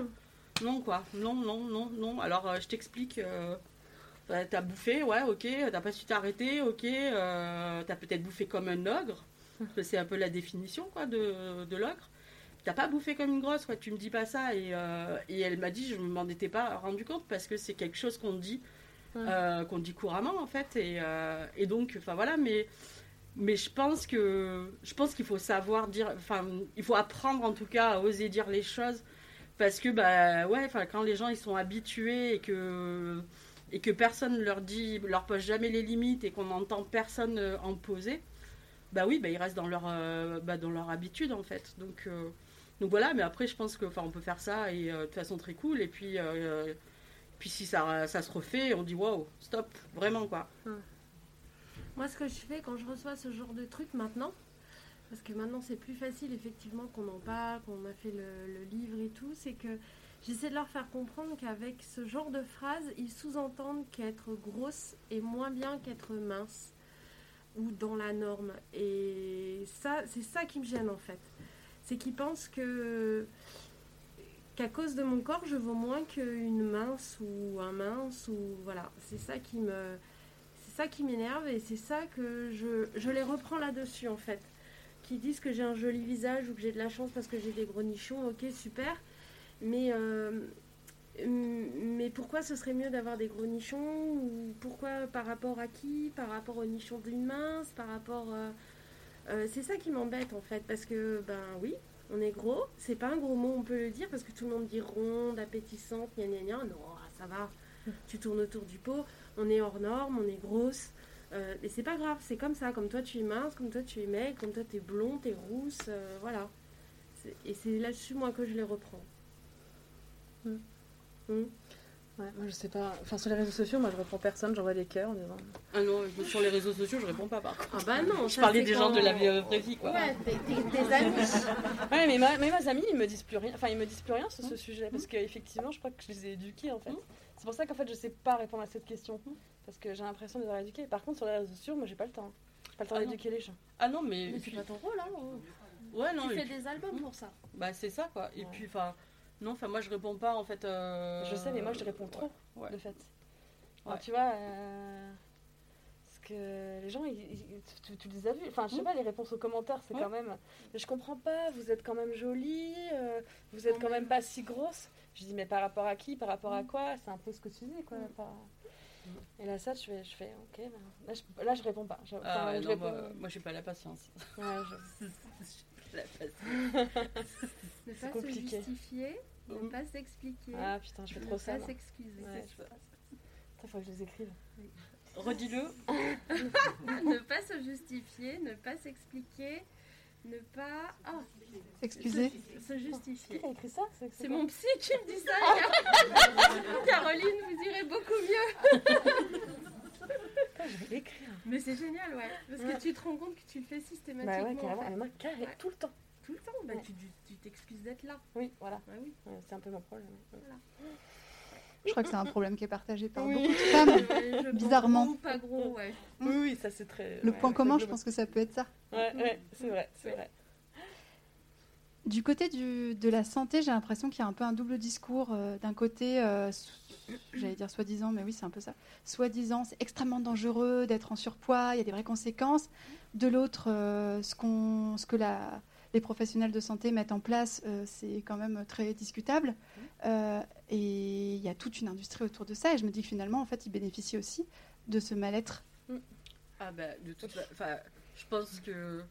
non quoi, non non non non alors euh, je t'explique. Euh, t'as bouffé, ouais, ok, t'as pas su t'arrêter, ok, euh, t'as peut-être bouffé comme un ogre. C'est un peu la définition quoi, de, de l'ogre. T'as pas bouffé comme une grosse, quoi, tu me dis pas ça. Et, euh, et elle m'a dit, je m'en étais pas rendu compte parce que c'est quelque chose qu'on dit, euh, qu'on dit couramment en fait. Et, euh, et donc, enfin voilà, mais, mais je pense que je pense qu'il faut savoir dire, enfin, il faut apprendre en tout cas à oser dire les choses parce que bah ouais, enfin quand les gens ils sont habitués et que et que personne leur dit, leur pose jamais les limites et qu'on n'entend personne en poser. Bah oui, bah ils restent dans leur, euh, bah dans leur habitude en fait. Donc, euh, donc voilà, mais après je pense que, enfin, on peut faire ça et euh, de façon très cool. Et puis, euh, puis si ça, ça se refait, on dit waouh, stop, vraiment quoi. Hum. Moi, ce que je fais quand je reçois ce genre de truc maintenant, parce que maintenant c'est plus facile effectivement qu'on en parle, qu'on a fait le, le livre et tout, c'est que j'essaie de leur faire comprendre qu'avec ce genre de phrases, ils sous-entendent qu'être grosse est moins bien qu'être mince. Ou dans la norme. Et ça, c'est ça qui me gêne en fait. C'est qu'ils pensent que qu'à cause de mon corps, je vaux moins qu'une mince ou un mince ou voilà. C'est ça qui me, c'est ça qui m'énerve et c'est ça que je, je les reprends là-dessus en fait. Qui disent que j'ai un joli visage ou que j'ai de la chance parce que j'ai des gros nichons. Ok, super. Mais euh, Mais pourquoi ce serait mieux d'avoir des gros nichons? Ou pourquoi par rapport à qui? Par rapport aux nichons d'une mince? Par rapport... Euh, euh, c'est ça qui m'embête en fait. Parce que, ben oui, on est gros. C'est pas un gros mot, on peut le dire. Parce que tout le monde dit ronde, appétissante, gna gna gna. Non, ça va. Tu tournes autour du pot. On est hors norme, on est grosse. Euh, mais c'est pas grave, c'est comme ça. Comme toi, tu es mince. Comme toi, tu es maigre. Comme toi, tu es blond, tu es rousse. Euh, voilà. C'est, et c'est là-dessus, moi, que je les reprends. Mmh. Mmh. Ouais, moi je sais pas. Enfin, sur les réseaux sociaux, moi je réponds personne, j'envoie des cœurs en disant. Ah non, sur les réseaux sociaux, je réponds pas par contre. Ah bah non, je ça, parlais c'est des quand... gens de la vie- vraie vie, quoi. Ouais, tes, tes, tes amis. Ouais, mais, ma, mais mes amis, ils me disent plus rien. Enfin, ils me disent plus rien sur ce sujet parce qu'effectivement, je crois que je les ai éduqués en fait. C'est pour ça qu'en fait, je sais pas répondre à cette question parce que j'ai l'impression de les avoir éduqués. Par contre, sur les réseaux sociaux, moi j'ai pas le temps. J'ai pas le temps Ah d'éduquer les gens. Ah non, mais. Mais c'est pas ton rôle, hein. Ouais, non. Tu et fais puis- des albums pour ça. Bah, c'est ça, quoi. Et Ouais. puis, enfin. Non, enfin, moi, je réponds pas, en fait. euh, Je sais, mais moi je réponds trop Ouais. de fait. Alors, Ouais. tu vois, euh, parce que les gens, ils, ils- tu, tu les as vus. Enfin, je sais Mm. pas, les réponses aux commentaires, c'est Ouais. quand même. Mais je comprends pas. Vous êtes quand même jolie. euh, vous êtes Quand quand même même. pas si grosse. Je dis mais par rapport à qui, par rapport à quoi? C'est un peu ce que tu dis quoi. Mm. Pas- Et là ça, je fais, je fais ok. ben, Là, je, là, je réponds pas. Je, Ah, enfin, ouais, je non, réponds- moi, moi, j'ai pas la patience. Ouais, je- La patience. Ne C'est pas compliqué. se justifier, ne Mm. pas s'expliquer, Ah putain, je fais ne trop ça. pas moi. s'excuser. Ouais, je fais ça. Putain, faut que je les écrive. Redis-le. Ne pas se justifier, ne pas s'expliquer, ne pas... Ah, Excusez. se, se Qui justifier. a écrit ça? C'est mon psy qui me dit ça. Car- Caroline, vous irez beaucoup mieux. Putain, je vais l'écrire. Mais c'est génial, ouais. Parce Ouais. que tu te rends compte que tu le fais Bah systématiquement. ouais, carrément. en fait. Et moi, carré, Ouais. tout le temps. Tout le temps. Bah, Ouais. tu tu t'excuses d'être là. Oui, voilà. Ouais, oui. Ouais, c'est un peu mon problème. Ouais. Je crois que c'est un problème qui est partagé par Oui. beaucoup de femmes. Ouais, je- Bizarrement. Gros, pas gros, ouais. Oui, oui, ça c'est très. Le ouais, point c'est commun, je global. pense que ça peut être ça. Ouais, ouais, c'est vrai, c'est vrai. Du côté du, de la santé, j'ai l'impression qu'il y a un peu un double discours. euh, D'un côté, euh, so- j'allais dire soi-disant, mais oui, c'est un peu ça. Soi-disant, c'est extrêmement dangereux d'être en surpoids, il y a des vraies conséquences. De l'autre, euh, ce, qu'on, ce que la, les professionnels de santé mettent en place, euh, c'est quand même très discutable. Euh, et il y a toute une industrie autour de ça. Et je me dis que finalement, en fait, ils bénéficient aussi de ce mal-être. Ah bah, de toute fa- enfin, je pense que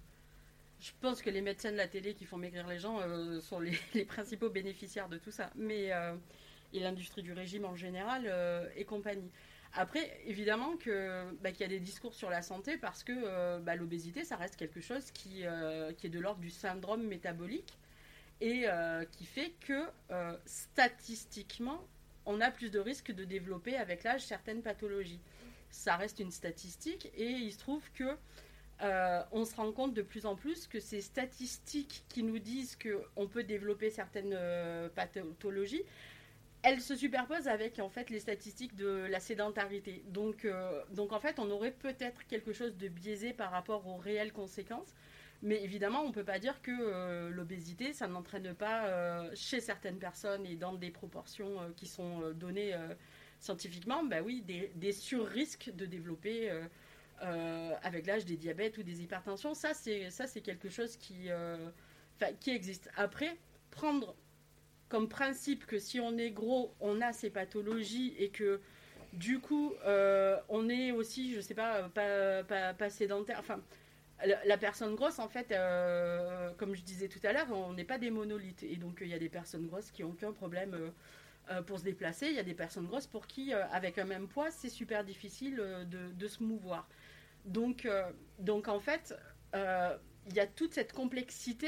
je pense que les médecins de la télé qui font maigrir les gens euh, sont les, les principaux bénéficiaires de tout ça. Mais euh, et l'industrie du régime en général euh, et compagnie. Après, évidemment que bah, qu'il y a des discours sur la santé parce que euh, bah, l'obésité, ça reste quelque chose qui euh, qui est de l'ordre du syndrome métabolique et euh, qui fait que euh, statistiquement, on a plus de risques de développer avec l'âge certaines pathologies. Ça reste une statistique et il se trouve que euh, on se rend compte de plus en plus que ces statistiques qui nous disent qu'on peut développer certaines euh, pathologies, elles se superposent avec en fait les statistiques de la sédentarité. Donc, euh, donc en fait, on aurait peut-être quelque chose de biaisé par rapport aux réelles conséquences. Mais évidemment, on ne peut pas dire que euh, l'obésité, ça n'entraîne pas euh, chez certaines personnes et dans des proportions euh, qui sont euh, données euh, scientifiquement, bah oui, des, des sur-risques de développer euh, euh, avec l'âge des diabètes ou des hypertensions. Ça, c'est, ça, c'est quelque chose qui, euh, qui existe. Après, prendre comme principe que si on est gros, on a ces pathologies et que du coup, euh, on est aussi, je sais pas, pas, pas, pas sédentaire. Enfin, la, la personne grosse, en fait, euh, comme je disais tout à l'heure, on n'est pas des monolithes. Et donc, il y a des personnes grosses qui n'ont aucun problème euh, euh, pour se déplacer. Il y a des personnes grosses pour qui, euh, avec un même poids, c'est super difficile euh, de, de se mouvoir. Donc, euh, donc en fait, euh, il y a toute cette complexité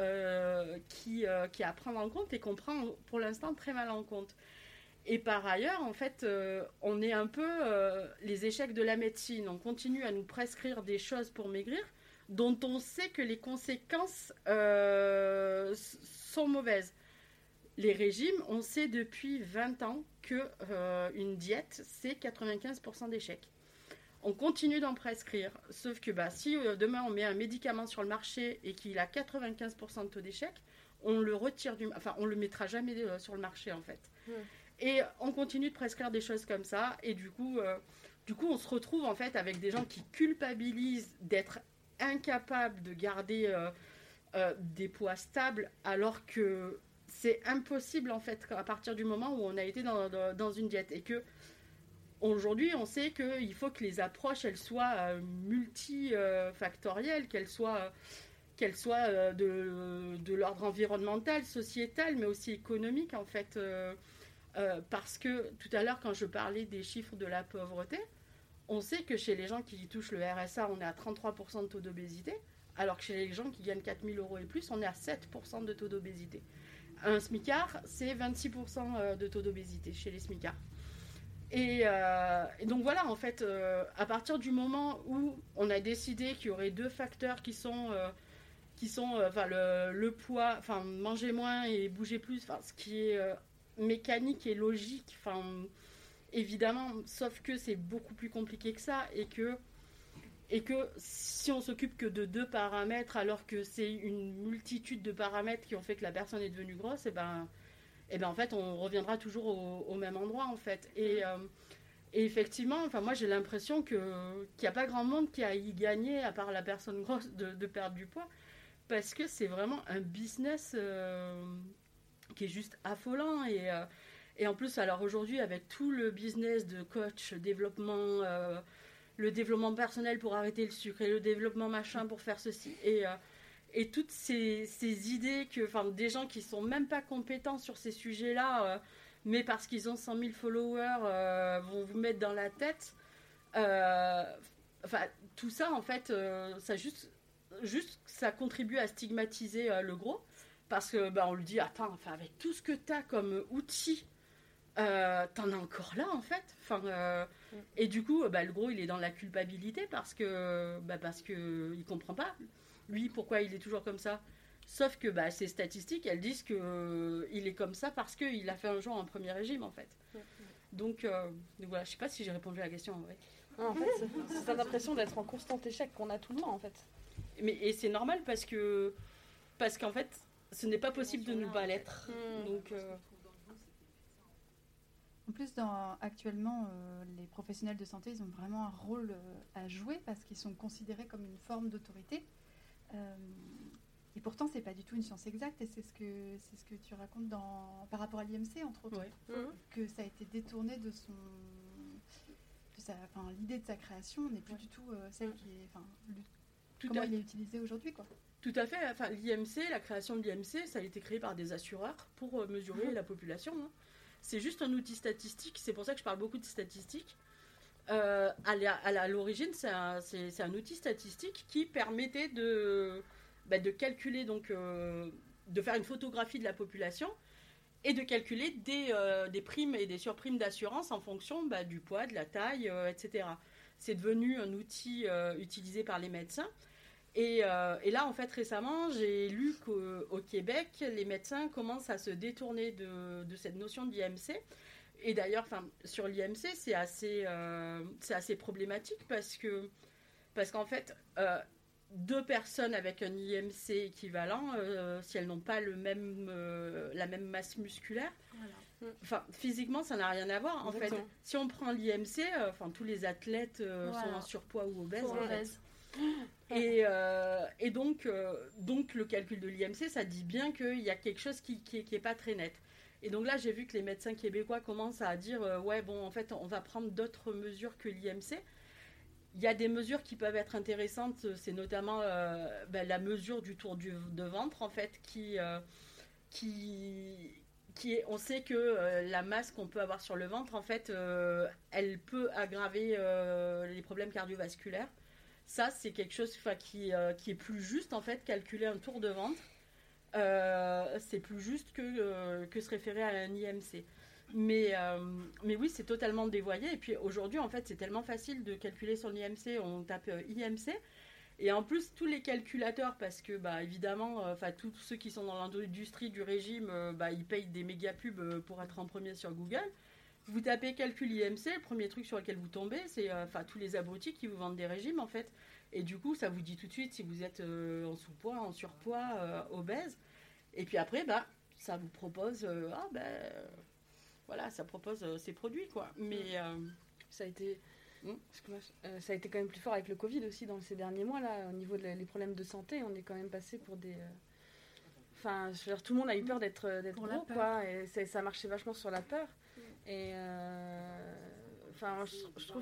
euh, qui, euh, qui est à prendre en compte et qu'on prend pour l'instant très mal en compte. Et par ailleurs, en fait, euh, on est un peu euh, les échecs de la médecine. On continue à nous prescrire des choses pour maigrir dont on sait que les conséquences euh, sont mauvaises. Les régimes, on sait depuis vingt ans qu'une euh, diète, c'est quatre-vingt-quinze pour cent d'échecs. On continue d'en prescrire, sauf que bah, si euh, demain on met un médicament sur le marché et qu'il a quatre-vingt-quinze pour cent de taux d'échec, on le retire du... Enfin, on le mettra jamais euh, sur le marché, en fait. Mmh. Et on continue de prescrire des choses comme ça, et du coup, euh, du coup, on se retrouve, en fait, avec des gens qui culpabilisent d'être incapables de garder euh, euh, des poids stables, alors que c'est impossible, en fait, à partir du moment où on a été dans, dans, dans une diète, et que aujourd'hui, on sait qu'il faut que les approches, elles soient euh, multifactorielles, euh, qu'elles soient, euh, qu'elles soient euh, de, de l'ordre environnemental, sociétal, mais aussi économique, en fait. Euh, euh, parce que tout à l'heure, quand je parlais des chiffres de la pauvreté, on sait que chez les gens qui touchent le R S A, on est à trente-trois pour cent de taux d'obésité, alors que chez les gens qui gagnent quatre mille euros et plus, on est à sept pour cent de taux d'obésité. Un smicard, c'est vingt-six pour cent de taux d'obésité chez les smicards. Et, euh, et donc voilà, en fait, euh, à partir du moment où on a décidé qu'il y aurait deux facteurs qui sont, euh, qui sont euh, enfin, le, le poids, enfin manger moins et bouger plus, enfin ce qui est euh, mécanique et logique, enfin évidemment, sauf que c'est beaucoup plus compliqué que ça et que et que si on s'occupe que de deux paramètres alors que c'est une multitude de paramètres qui ont fait que la personne est devenue grosse, et ben et ben en fait on reviendra toujours au, au même endroit en fait. Et, euh, et effectivement, enfin moi j'ai l'impression que qu'il n'y a pas grand monde qui a y gagné à part la personne grosse de, de perdre du poids, parce que c'est vraiment un business euh, qui est juste affolant. Et, euh, et en plus, alors aujourd'hui avec tout le business de coach, développement, euh, le développement personnel pour arrêter le sucre et le développement machin pour faire ceci et euh, Et toutes ces, ces idées que, enfin, des gens qui sont même pas compétents sur ces sujets-là, euh, mais parce qu'ils ont cent mille followers, euh, vont vous mettre dans la tête. Euh, enfin, tout ça, en fait, euh, ça juste, juste, ça contribue à stigmatiser euh, le gros, parce que, bah, on lui dit, attends, enfin, avec tout ce que t'as comme outil, euh, t'en as encore là, en fait. Enfin, euh, mm. Et du coup, bah, le gros, il est dans la culpabilité parce que, bah, parce que il comprend pas. Lui, pourquoi il est toujours comme ça? Sauf que bah, ces statistiques, elles disent qu'il euh, est comme ça parce qu'il a fait un jour un premier régime, en fait. Ouais. Donc, euh, donc voilà, je sais pas si j'ai répondu à la question en vrai. Ah, en fait, c'est, c'est cette impression d'être en constant échec qu'on a tout le temps, en fait. Mais, et c'est normal parce que parce qu'en fait, ce n'est pas possible de ne pas l'être. Mmh. Donc, euh... En plus, dans, actuellement, euh, les professionnels de santé, ils ont vraiment un rôle euh, à jouer parce qu'ils sont considérés comme une forme d'autorité. Euh, et pourtant, c'est pas du tout une science exacte, et c'est ce que c'est ce que tu racontes dans par rapport à l'I M C, entre autres, ouais. mmh. que ça a été détourné de son, de sa, enfin, l'idée de sa création n'est plus ouais. du tout euh, celle qui est, enfin, le, tout comment à... il est utilisé aujourd'hui, quoi. Tout à fait. Enfin, l'I M C, la création de l'I M C, ça a été créé par des assureurs pour euh, mesurer mmh. la population. Hein. C'est juste un outil statistique. C'est pour ça que je parle beaucoup de statistiques. Euh, à, la, à, la, à l'origine, c'est un, c'est, c'est un outil statistique qui permettait de, bah, de calculer, donc, euh, de faire une photographie de la population et de calculer des, euh, des primes et des surprimes d'assurance en fonction bah, du poids, de la taille, euh, et cetera. C'est devenu un outil euh, utilisé par les médecins. Et, euh, et là, en fait, récemment, j'ai lu qu'au au Québec, les médecins commencent à se détourner de, de cette notion d'I M C. Et d'ailleurs, sur l'I M C, c'est assez, euh, c'est assez problématique parce, que, parce qu'en fait, euh, deux personnes avec un I M C équivalent, euh, si elles n'ont pas le même, euh, la même masse musculaire, voilà. Enfin, physiquement, ça n'a rien à voir. En Exactement. fait, si on prend l'I M C, euh, enfin, tous les athlètes euh, voilà. sont en surpoids ou obèses. En fait. Et, euh, et donc, euh, donc, le calcul de l'I M C, ça dit bien qu'il y a quelque chose qui n'est qui, qui pas très net. Et donc là, j'ai vu que les médecins québécois commencent à dire euh, ouais, bon, en fait, on va prendre d'autres mesures que l'I M C. Il y a des mesures qui peuvent être intéressantes, c'est notamment euh, ben, la mesure du tour du, de ventre, en fait, qui, euh, qui, qui est, on sait que euh, la masse qu'on peut avoir sur le ventre, en fait, euh, elle peut aggraver euh, les problèmes cardiovasculaires. Ça, c'est quelque chose qui, euh, qui est plus juste, en fait, calculer un tour de ventre. Euh, c'est plus juste que, euh, que se référer à un I M C. Mais, euh, mais oui, c'est totalement dévoyé. Et puis aujourd'hui, en fait, c'est tellement facile de calculer son I M C. On tape euh, I M C. Et en plus, tous les calculateurs, parce que, bah, évidemment, euh, tous ceux qui sont dans l'industrie du régime, euh, bah, ils payent des méga pubs pour être en premier sur Google. Vous tapez calcul I M C, le premier truc sur lequel vous tombez, c'est euh, tous les abrutis qui vous vendent des régimes, en fait. Et du coup, ça vous dit tout de suite si vous êtes euh, en sous-poids, en surpoids, euh, obèse. Et puis après, bah, ça vous propose, euh, ah ben, euh, voilà, ça propose euh, ces produits, quoi. Mais euh, ça a été, hmm. euh, ça a été quand même plus fort avec le Covid aussi dans ces derniers mois là, au niveau des de problèmes de santé, on est quand même passé pour des, enfin, euh, tout le monde a eu peur d'être, d'être gros, quoi, et c'est, ça marchait vachement sur la peur. Et enfin, euh, je, je trouve.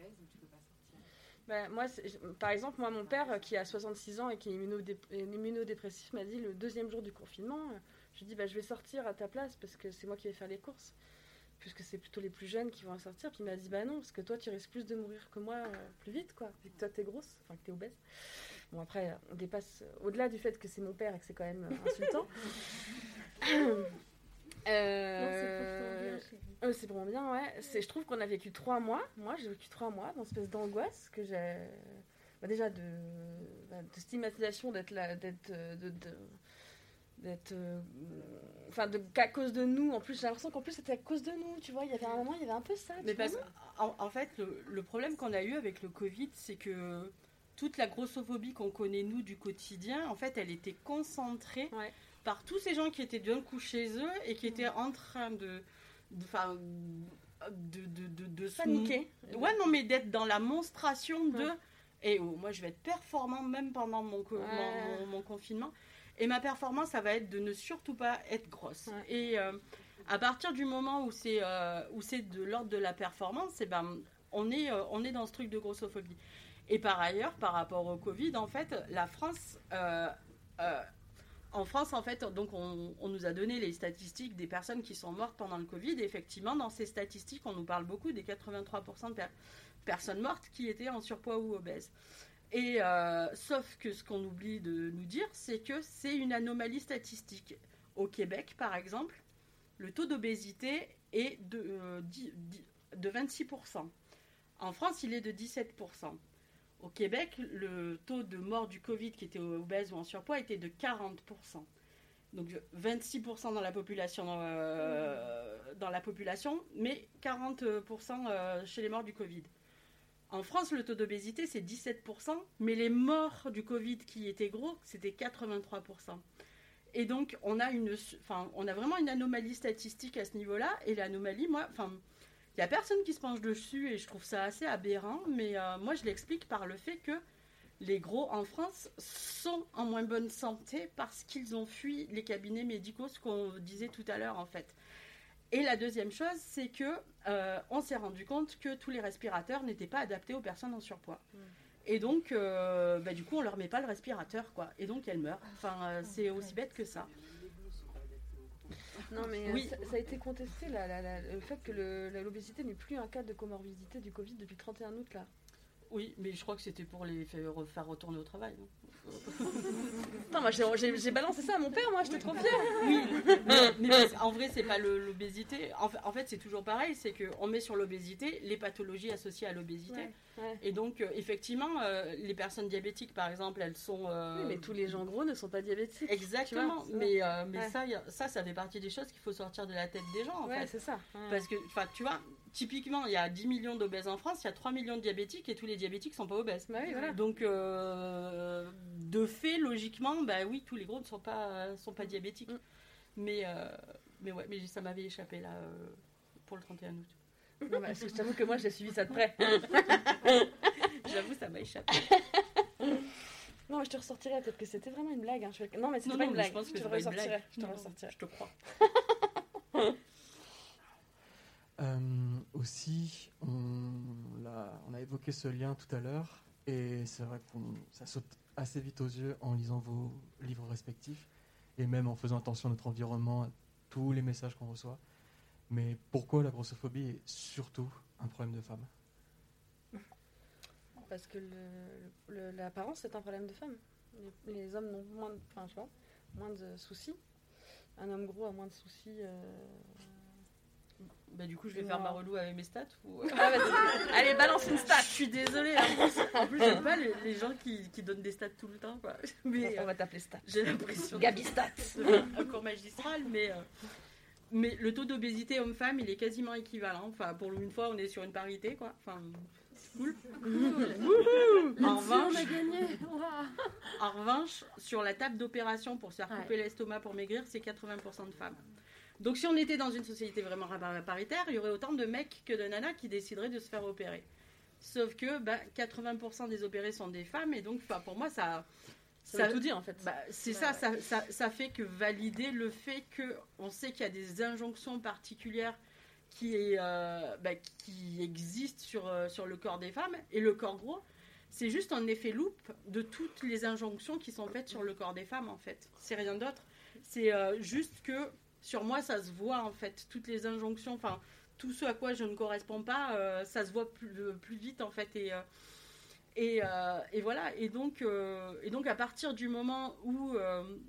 Ben, moi, par exemple, moi, mon père, qui a soixante-six ans et qui est immunodé- immunodépressif, m'a dit le deuxième jour du confinement, je lui ai dit, ben, je vais sortir à ta place parce que c'est moi qui vais faire les courses, puisque c'est plutôt les plus jeunes qui vont en sortir. Puis il m'a dit, bah non, parce que toi, tu risques plus de mourir que moi euh, plus vite, quoi, vu que toi, t'es grosse, enfin, que t'es obèse. Bon, après, on dépasse, au-delà du fait que c'est mon père et que c'est quand même insultant. Euh... Non, c'est pour ton bien, chérie. Euh, c'est pour mon bien, ouais. C'est, je trouve qu'on a vécu trois mois. Moi, j'ai vécu trois mois dans une espèce d'angoisse que j'ai. Bah, déjà de, bah, de stigmatisation d'être là, d'être, de, de, d'être, euh, enfin, de, qu'à cause de nous. En plus, j'ai l'impression qu'en plus c'était à cause de nous. Tu vois, il y avait un moment, il y avait un peu ça. Mais parce en, en fait, le, le problème qu'on a eu avec le Covid, c'est que toute la grossophobie qu'on connaît nous du quotidien, en fait, elle était concentrée ouais. par tous ces gens qui étaient d'un coup chez eux et qui étaient en train de, enfin, de, de, de, de, de paniquer. Ouais, non, mais d'être dans la monstration de. Ouais. Et oh, moi, je vais être performant même pendant mon, co- ouais. mon, mon, mon confinement. Et ma performance, ça va être de ne surtout pas être grosse. Ouais. Et euh, à partir du moment où c'est, euh, où c'est de l'ordre de la performance, et ben, on, est, euh, on est dans ce truc de grossophobie. Et par ailleurs, par rapport au Covid, en fait, la France... Euh, euh, en France, en fait, donc on, on nous a donné les statistiques des personnes qui sont mortes pendant le Covid. Et effectivement, dans ces statistiques, on nous parle beaucoup des quatre-vingt-trois pour cent de per- personnes mortes qui étaient en surpoids ou obèses. Et euh, sauf que ce qu'on oublie de nous dire, c'est que c'est une anomalie statistique. Au Québec, par exemple, le taux d'obésité est de, euh, dix, dix, de vingt-six pour cent. En France, il est de dix-sept pour cent. Au Québec, le taux de mort du Covid qui était obèse ou en surpoids était de quarante pour cent. Donc vingt-six pour cent dans la population, euh, dans la population, mais quarante pour cent chez les morts du Covid. En France, le taux d'obésité, c'est dix-sept pour cent, mais les morts du Covid qui étaient gros, c'était quatre-vingt-trois pour cent. Et donc, on a, une, enfin, on a vraiment une anomalie statistique à ce niveau-là. Et l'anomalie, moi... enfin, il n'y a personne qui se penche dessus et je trouve ça assez aberrant, mais euh, moi je l'explique par le fait que les gros en France sont en moins bonne santé parce qu'ils ont fui les cabinets médicaux, ce qu'on disait tout à l'heure en fait. Et la deuxième chose, c'est que euh, on s'est rendu compte que tous les respirateurs n'étaient pas adaptés aux personnes en surpoids. Mmh. Et donc, euh, bah, du coup, on leur met pas le respirateur, quoi. Et donc, elles meurent. Enfin, euh, c'est aussi bête que ça. Non, mais oui. ça, ça a été contesté, là, là, là, le fait que le, la, l'obésité n'est plus un cas de comorbidité du Covid depuis le trente et un août, là. Oui, mais je crois que c'était pour les faire, faire retourner au travail. Attends, moi j'ai, j'ai, j'ai balancé ça à mon père, moi, j'étais trop fière. Oui, mais, mais en vrai, c'est pas le, l'obésité. En, en fait, c'est toujours pareil, c'est qu'on met sur l'obésité les pathologies associées à l'obésité. Ouais, ouais. Et donc, euh, effectivement, euh, les personnes diabétiques, par exemple, elles sont... Euh... Oui, mais tous les gens gros ne sont pas diabétiques. Exactement, mais, euh, mais ouais. ça, y a, ça, ça fait partie des choses qu'il faut sortir de la tête des gens, en ouais, fait. c'est ça. Ouais. Parce que, tu vois, typiquement, il y a dix millions d'obèses en France, il y a trois millions de diabétiques et tous les diabétiques sont pas obèses. Bah oui, voilà. Donc, euh, de fait, logiquement, bah oui, tous les gros ne sont pas, sont pas diabétiques. Mm. Mais, euh, mais ouais, mais ça m'avait échappé là euh, pour le trente et un août. Non, bah, parce que je t'avoue que moi, j'ai suivi ça de près. J'avoue, ça m'a échappé. Non, mais je te ressortirai, peut-être que c'était vraiment une blague. Hein. Je... Non, mais c'était non, pas non, une blague. Je pense que je te ressortirai. Je te ressortirai. Je te crois. euh, aussi, on, l'a, on a évoqué ce lien tout à l'heure, et c'est vrai que ça saute assez vite aux yeux en lisant vos livres respectifs, et même en faisant attention à notre environnement, à tous les messages qu'on reçoit. Mais pourquoi la grossophobie est surtout un problème de femme ? Parce que le, le, l'apparence, c'est un problème de femme. Les, les hommes n'ont moins de, enfin, je vois, moins de soucis. Un homme gros a moins de soucis. Euh... Bah, du coup, je vais non. faire ma relou avec mes stats ou... ah, allez, balance une stat. Je suis désolée. En plus, en plus j'aime pas les, les gens qui, qui donnent des stats tout le temps. Quoi. Mais, bon, on va t'appeler stat. J'ai l'impression. Gabi stats. Un cours magistral, mais. Euh... Mais le taux d'obésité homme-femme, il est quasiment équivalent. Enfin, pour une fois, on est sur une parité, quoi. Enfin, c'est cool. cool. En revanche, on a gagné. Wow. En revanche, sur la table d'opération pour se faire couper ouais. l'estomac pour maigrir, c'est quatre-vingts pour cent de femmes. Donc, si on était dans une société vraiment paritaire, il y aurait autant de mecs que de nanas qui décideraient de se faire opérer. Sauf que bah, quatre-vingts pour cent des opérés sont des femmes, et donc, pour moi, ça... Ça, ça veut tout dire en fait. Bah, c'est bah, ça, ouais. ça, ça, ça fait que valider le fait qu'on sait qu'il y a des injonctions particulières qui, est, euh, bah, qui existent sur, euh, sur le corps des femmes. Et le corps gros, c'est juste un effet loupe de toutes les injonctions qui sont faites sur le corps des femmes en fait. C'est rien d'autre. C'est euh, juste que sur moi, ça se voit en fait. Toutes les injonctions, enfin, tout ce à quoi je ne corresponds pas, euh, ça se voit plus, plus vite en fait. Et... Euh, Et, euh, et voilà, et donc, euh, et donc à partir du moment où euh,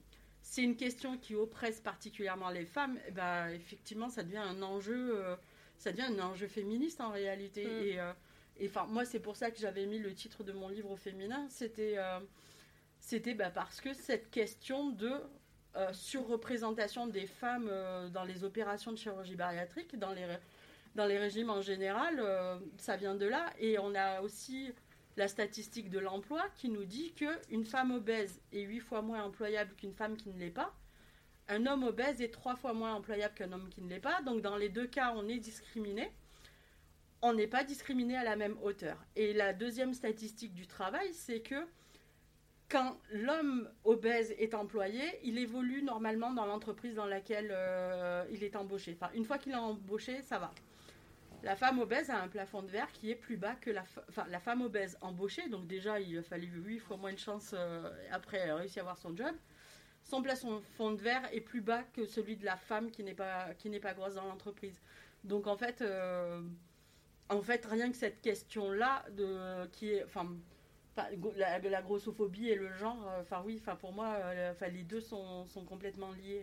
c'est une question qui oppresse particulièrement les femmes, et ben, effectivement, ça devient un enjeu, euh, ça devient un enjeu féministe en réalité. Mm. Et, euh, et enfin, moi, c'est pour ça que j'avais mis le titre de mon livre au féminin. C'était, euh, c'était bah, parce que cette question de euh, surreprésentation des femmes euh, dans les opérations de chirurgie bariatrique, dans les, dans les régimes en général, euh, ça vient de là. Et on a aussi la statistique de l'emploi qui nous dit qu'une femme obèse est huit fois moins employable qu'une femme qui ne l'est pas. Un homme obèse est trois fois moins employable qu'un homme qui ne l'est pas. Donc dans les deux cas, on est discriminé. On n'est pas discriminé à la même hauteur. Et la deuxième statistique du travail, c'est que quand l'homme obèse est employé, il évolue normalement dans l'entreprise dans laquelle euh, il est embauché. Enfin, une fois qu'il est embauché, ça va. La femme obèse a un plafond de verre qui est plus bas que la, fa- enfin, la femme obèse embauchée. Donc déjà, il a fallu huit fois moins de chance euh, après elle a réussi à avoir son job. Son plafond de verre est plus bas que celui de la femme qui n'est pas, qui n'est pas grosse dans l'entreprise. Donc en fait, euh, en fait rien que cette question-là, de, qui est, enfin, la, la grossophobie et le genre, enfin oui, enfin pour moi, euh, enfin, les deux sont, sont complètement liés.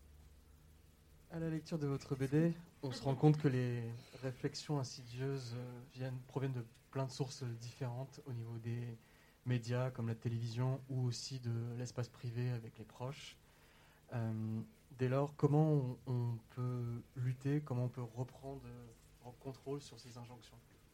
À la lecture de votre B D, on se rend compte que les réflexions insidieuses viennent, proviennent de plein de sources différentes au niveau des médias comme la télévision ou aussi de l'espace privé avec les proches. Euh, dès lors, comment on, on peut lutter, comment on peut reprendre en contrôle sur ces injonctions ?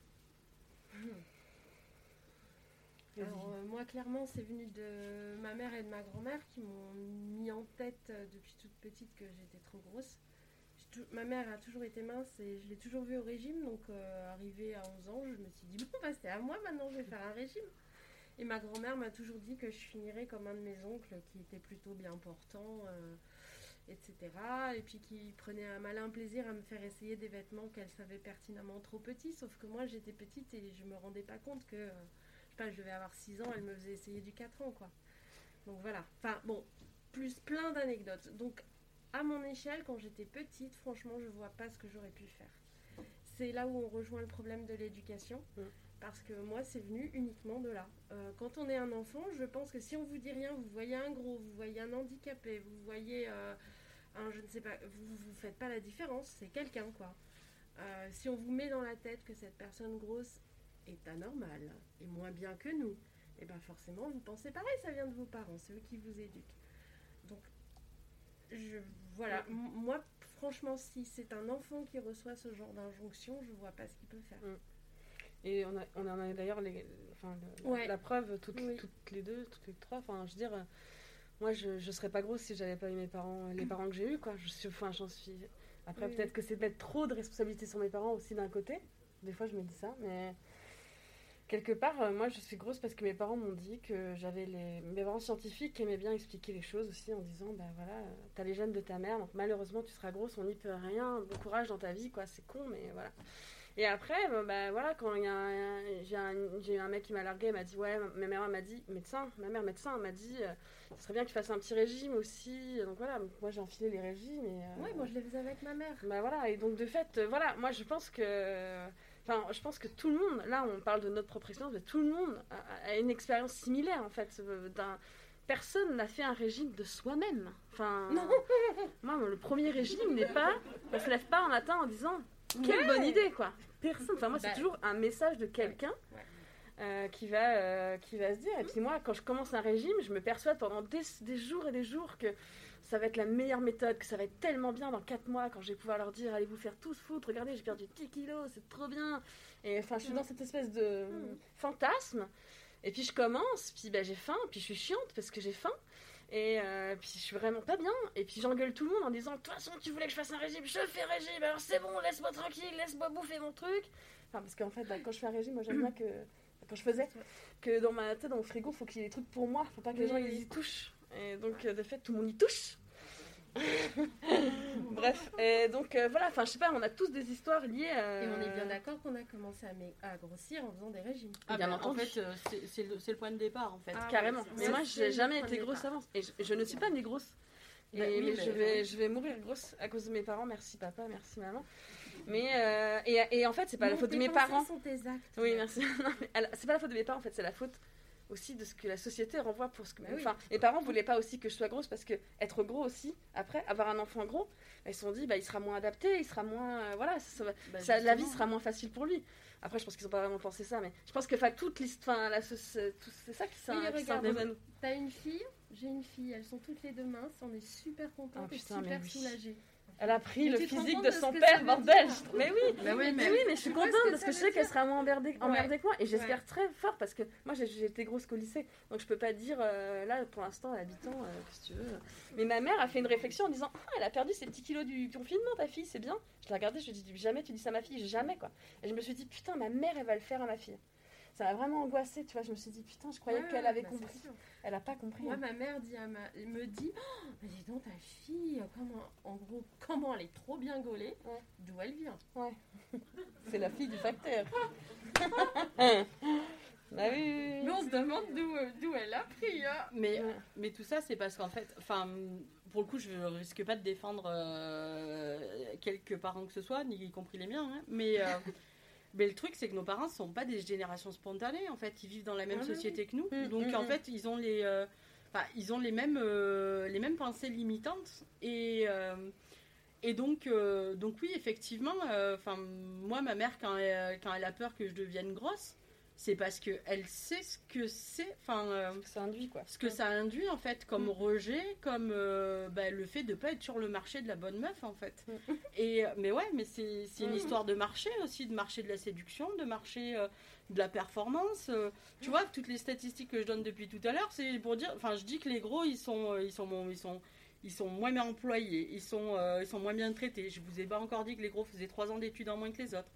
Alors, euh, moi, clairement, c'est venu de ma mère et de ma grand-mère qui m'ont mis en tête euh, depuis toute petite que j'étais trop grosse. Tout, ma mère a toujours été mince et je l'ai toujours vue au régime. Donc, euh, arrivée à onze ans, je me suis dit, bon, bah, c'est à moi maintenant, je vais faire un régime. Et ma grand-mère m'a toujours dit que je finirais comme un de mes oncles qui était plutôt bien portant, euh, et cetera. Et puis qui prenait un malin plaisir à me faire essayer des vêtements qu'elle savait pertinemment trop petits. Sauf que moi, j'étais petite et je me rendais pas compte que... Euh, Pas, je devais avoir six ans, elle me faisait essayer du quatre ans, quoi. Donc voilà. Enfin, bon, plus plein d'anecdotes. Donc, à mon échelle, quand j'étais petite, franchement, je vois pas ce que j'aurais pu faire. C'est là où on rejoint le problème de l'éducation. Mmh. Parce que moi, c'est venu uniquement de là. Euh, quand on est un enfant, je pense que si on vous dit rien, vous voyez un gros, vous voyez un handicapé, vous voyez euh, un, je ne sais pas, vous vous faites pas la différence, c'est quelqu'un, quoi. Euh, si on vous met dans la tête que cette personne grosse est anormal et moins bien que nous, et bien forcément vous pensez pareil, ça vient de vos parents, c'est eux qui vous éduquent. Donc je voilà, mm. M- moi franchement, si c'est un enfant qui reçoit ce genre d'injonction, je vois pas ce qu'il peut faire. Mm. Et on, a, on en a d'ailleurs les, enfin, le, ouais. la, la preuve toutes, oui. toutes les deux, toutes les trois. Enfin, je veux dire, moi je je serais pas grosse si j'avais pas eu mes parents, les parents que j'ai eus, quoi. Je suis, enfin, j'en suis. Après oui. Peut-être que c'est mettre trop de responsabilité sur mes parents aussi d'un côté. Des fois je me dis ça, mais quelque part, euh, moi je suis grosse parce que mes parents m'ont dit que j'avais les... Mes parents scientifiques aimaient bien expliquer les choses aussi en disant, ben voilà, t'as les gènes de ta mère, donc malheureusement tu seras grosse, on n'y peut rien, bon courage dans ta vie, quoi, c'est con, mais voilà. Et après, ben bah, voilà, quand il y a un... J'ai, un... j'ai eu un mec qui m'a largué, il m'a dit, ouais, ma mère m'a dit, médecin, ma mère médecin m'a dit, euh, ça serait bien que tu fasses un petit régime aussi, donc voilà, donc, moi j'ai enfilé les régimes. Et, euh... ouais, moi je les faisais avec ma mère. Bah voilà, et donc de fait, euh, voilà, moi je pense que... Enfin, je pense que tout le monde, là on parle de notre propre expérience, mais tout le monde a, a une expérience similaire en fait. D'un... Personne n'a fait un régime de soi-même. Enfin, non. Moi, le premier régime n'est pas, on se lève pas un matin en disant quelle ouais. bonne idée, quoi. Personne. Enfin, moi, c'est bah, toujours un message de quelqu'un ouais. euh, qui va, euh, qui va se dire. Et puis moi, quand je commence un régime, je me persuade pendant des, des jours et des jours que ça va être la meilleure méthode, que ça va être tellement bien dans quatre mois quand je vais pouvoir leur dire allez vous faire tous foutre, regardez j'ai perdu dix kilos, c'est trop bien. Et enfin je suis dans cette espèce de mmh. fantasme. Et puis je commence, puis bah, j'ai faim, puis je suis chiante parce que j'ai faim. Et euh, puis je suis vraiment pas bien. Et puis j'engueule tout le monde en disant de toute façon tu voulais que je fasse un régime, je fais régime, alors c'est bon, laisse-moi tranquille, laisse-moi bouffer mon truc. Enfin parce qu'en fait bah, quand je fais un régime, moi j'aime bien que, quand je faisais, que dans ma tête, dans mon frigo, faut qu'il y ait des trucs pour moi, faut pas que les gens ils y touchent. Et donc, de fait, tout le monde y touche. Bref, et donc euh, voilà, enfin je sais pas, on a tous des histoires liées à... Et on est bien d'accord qu'on a commencé à, ma- à grossir en faisant des régimes. Ah bien ben, entendu. En fait, euh, c'est, c'est, le, c'est le point de départ en fait. Ah, carrément. Ouais, mais moi j'ai jamais été grosse avant. Et je, je ne suis pas née grosse. Et, bah, oui, mais, mais je, vais, je vais mourir grosse à cause de mes parents. Merci papa, merci maman. Mais euh, et, et en fait c'est pas non, la faute de mes parents. Sont tes actes. Oui merci. Non, mais, alors, c'est pas la faute de mes parents en fait, c'est la faute aussi de ce que la société renvoie pour ce que... Bah Enfin, oui. mes parents voulaient pas aussi que je sois grosse parce que être gros aussi, après, avoir un enfant gros, bah, ils se sont dit, bah, il sera moins adapté, il sera moins... euh, voilà, ça, ça va- Bah, ça- la vie justement. sera moins facile pour lui. Après, je pense qu'ils ont pas vraiment pensé ça, mais je pense que enfin, toute l'histoire... Enfin, la soci- tout- c'est ça qui s'in- Oui, qui regarde, s'impose à nous. T'as une fille, j'ai une fille, elles sont toutes les deux minces, on est super contentes Ah, et putain, mais super oui. soulagées. Elle a pris Mais le tu te rends physique compte de de ce son que père, ça veut bordel. dire Mais oui, Bah oui, mais mais oui, mais je suis Tu vois ce contente que parce ça que je veut sais qu'elle dire sera moins emmerdée, emmerdée que moi et j'espère Ouais. très fort parce que moi j'ai j'ai été grosse qu'au lycée donc je peux pas dire euh, là pour l'instant à huit ans, euh, qu'est-ce que tu veux. Mais ma mère a fait une réflexion en disant ah, elle a perdu ses petits kilos du confinement ta fille, c'est bien. Je l'ai regardée, je lui ai dit jamais tu dis ça à ma fille, jamais quoi. Et je me suis dit putain ma mère elle va le faire à ma fille. Ça m'a vraiment angoissée, tu vois, je me suis dit putain je croyais Ouais, qu'elle ouais, avait bah, compris. c'est sûr. Elle a pas compris. Moi, hein. ma mère dit à ma... me dit oh, mais dis donc, ta fille, comment... en gros, comment elle est trop bien gaulée, Ouais. d'où elle vient. C'est la fille du facteur. Bah oui, oui, oui. Mais on se demande d'où euh, d'où elle a pris. Hein. Mais, Ouais. mais tout ça, c'est parce qu'en fait, enfin, pour le coup, je ne risque pas de défendre euh, quelques parents que ce soit, ni y compris les miens, hein, mais, euh, mais le truc, c'est que nos parents ne sont pas des générations spontanées, en fait, ils vivent dans la même Ah oui, société que nous, Mm, donc mm, en mm. fait, ils ont les, euh, enfin, ils ont les mêmes, euh, les mêmes pensées limitantes, et, euh, et donc, euh, donc oui, effectivement, euh, enfin, moi, ma mère, quand elle, quand elle a peur que je devienne grosse, c'est parce qu'elle sait ce que c'est, enfin... euh, Ça induit quoi. ce que ça induit en fait comme Mm. rejet, comme euh, bah, le fait de ne pas être sur le marché de la bonne meuf en fait. Mm. Et, mais ouais, mais c'est c'est une Mm. histoire de marché aussi, de marché de la séduction, de marché euh, de la performance. euh. Tu vois, toutes les statistiques que je donne depuis tout à l'heure, c'est pour dire, enfin je dis que les gros ils sont, euh, ils sont, ils sont, ils sont moins bien employés, ils sont, euh, ils sont moins bien traités. Je vous ai pas encore dit que les gros faisaient trois ans d'études en moins que les autres.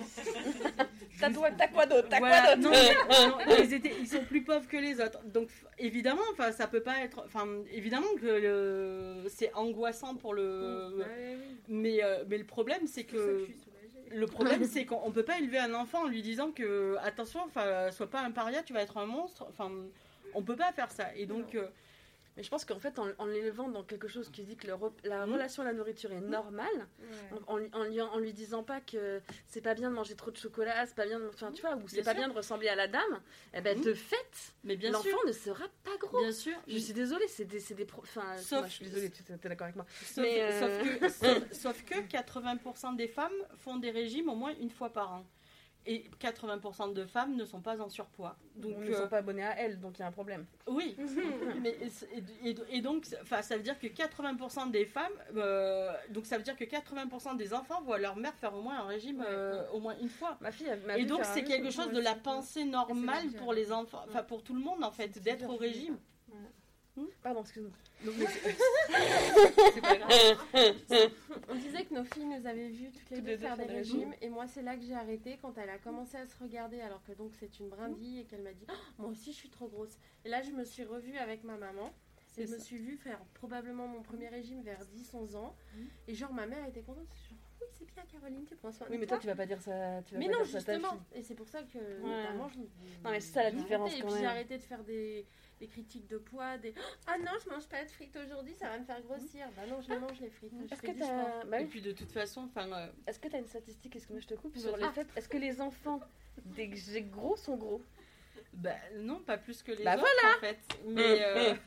T'as toi- t'as quoi d'autre? T'as Voilà, quoi d'autre? non, mais- non, ils, étaient, ils sont plus pauvres que les autres. Donc f- évidemment, enfin ça peut pas être, enfin évidemment que le- c'est angoissant pour le, Ouais, ouais, oui. mais euh, mais le problème c'est C'est pour ça que que je suis soulagée. le problème c'est qu'on on peut pas élever un enfant en lui disant que attention, enfin sois pas un paria, tu vas être un monstre. Enfin on peut pas faire ça. Et donc euh, Mais je pense qu'en fait, en, en l'élevant dans quelque chose qui dit que le re- la Mm. relation à la nourriture est normale, Ouais. en, en lui- en, lui, en lui disant pas que c'est pas bien de manger trop de chocolat, c'est pas bien de, enfin, tu vois, ou c'est Bien pas sûr. bien de ressembler à la dame, eh ben Mm. de fait, mais bien l'enfant sûr, ne sera pas gros. bien sûr. Je suis désolée, c'est des, c'est des pro- enfin, Sauf- moi, je suis désolée, tu es d'accord avec moi. Sauf, Mais, euh, sauf que, sauf- sauf que quatre-vingts pour cent des femmes font des régimes au moins une fois par an. Et quatre-vingts pour cent de femmes ne sont pas en surpoids. Donc, Donc, ils ne euh, sont pas abonnés à elle, donc il y a un problème. oui. Mais, et, et- et donc, enfin, ça veut dire que quatre-vingts pour cent des femmes, euh, donc ça veut dire que quatre-vingts pour cent des enfants voient leur mère faire au moins un régime Ouais. euh, au moins une fois. Ma fille, elle m'a Et vu donc faire un c'est quelque régime, chose moi de la aussi. pensée normale dur. pour les enfants, enfin pour tout le monde en fait, C'est d'être dur, au c'est dur. régime. Pardon, excuse-moi. Donc, mais c'est- c'est pas grave. On disait que nos filles nous avaient vues toutes les Toutes deux les deux faire des faire des régimes et moi c'est là que j'ai arrêté quand elle a commencé à se regarder alors que donc c'est une brindille et qu'elle m'a dit oh, moi aussi je suis trop grosse et là je me suis revue avec ma maman C'est et je me ça. suis vue faire probablement mon premier régime vers dix onze ans et genre ma mère était contente genre oui c'est bien Caroline tu prends soin de Oui, mais toi, tu vas pas dire ça. Tu vas mais pas non dire ça à ta justement fille. et c'est pour ça que Ouais. notamment je Non, mais c'est ça la j'ai différence arrêté. Et quand puis j'ai même. arrêté de faire des, des critiques de poids des ah non je mange pas de frites aujourd'hui ça va me faire grossir bah non je les mange les frites je Est-ce fais que du sport. t'as, bah Et oui. puis de toute façon, enfin, euh, Est-ce que tu as une statistique, est-ce que moi je te coupe, Vas-y. sur le Ah. fait, est-ce que les enfants des des gros sont gros? bah, non, pas plus que les Bah autres en fait, mais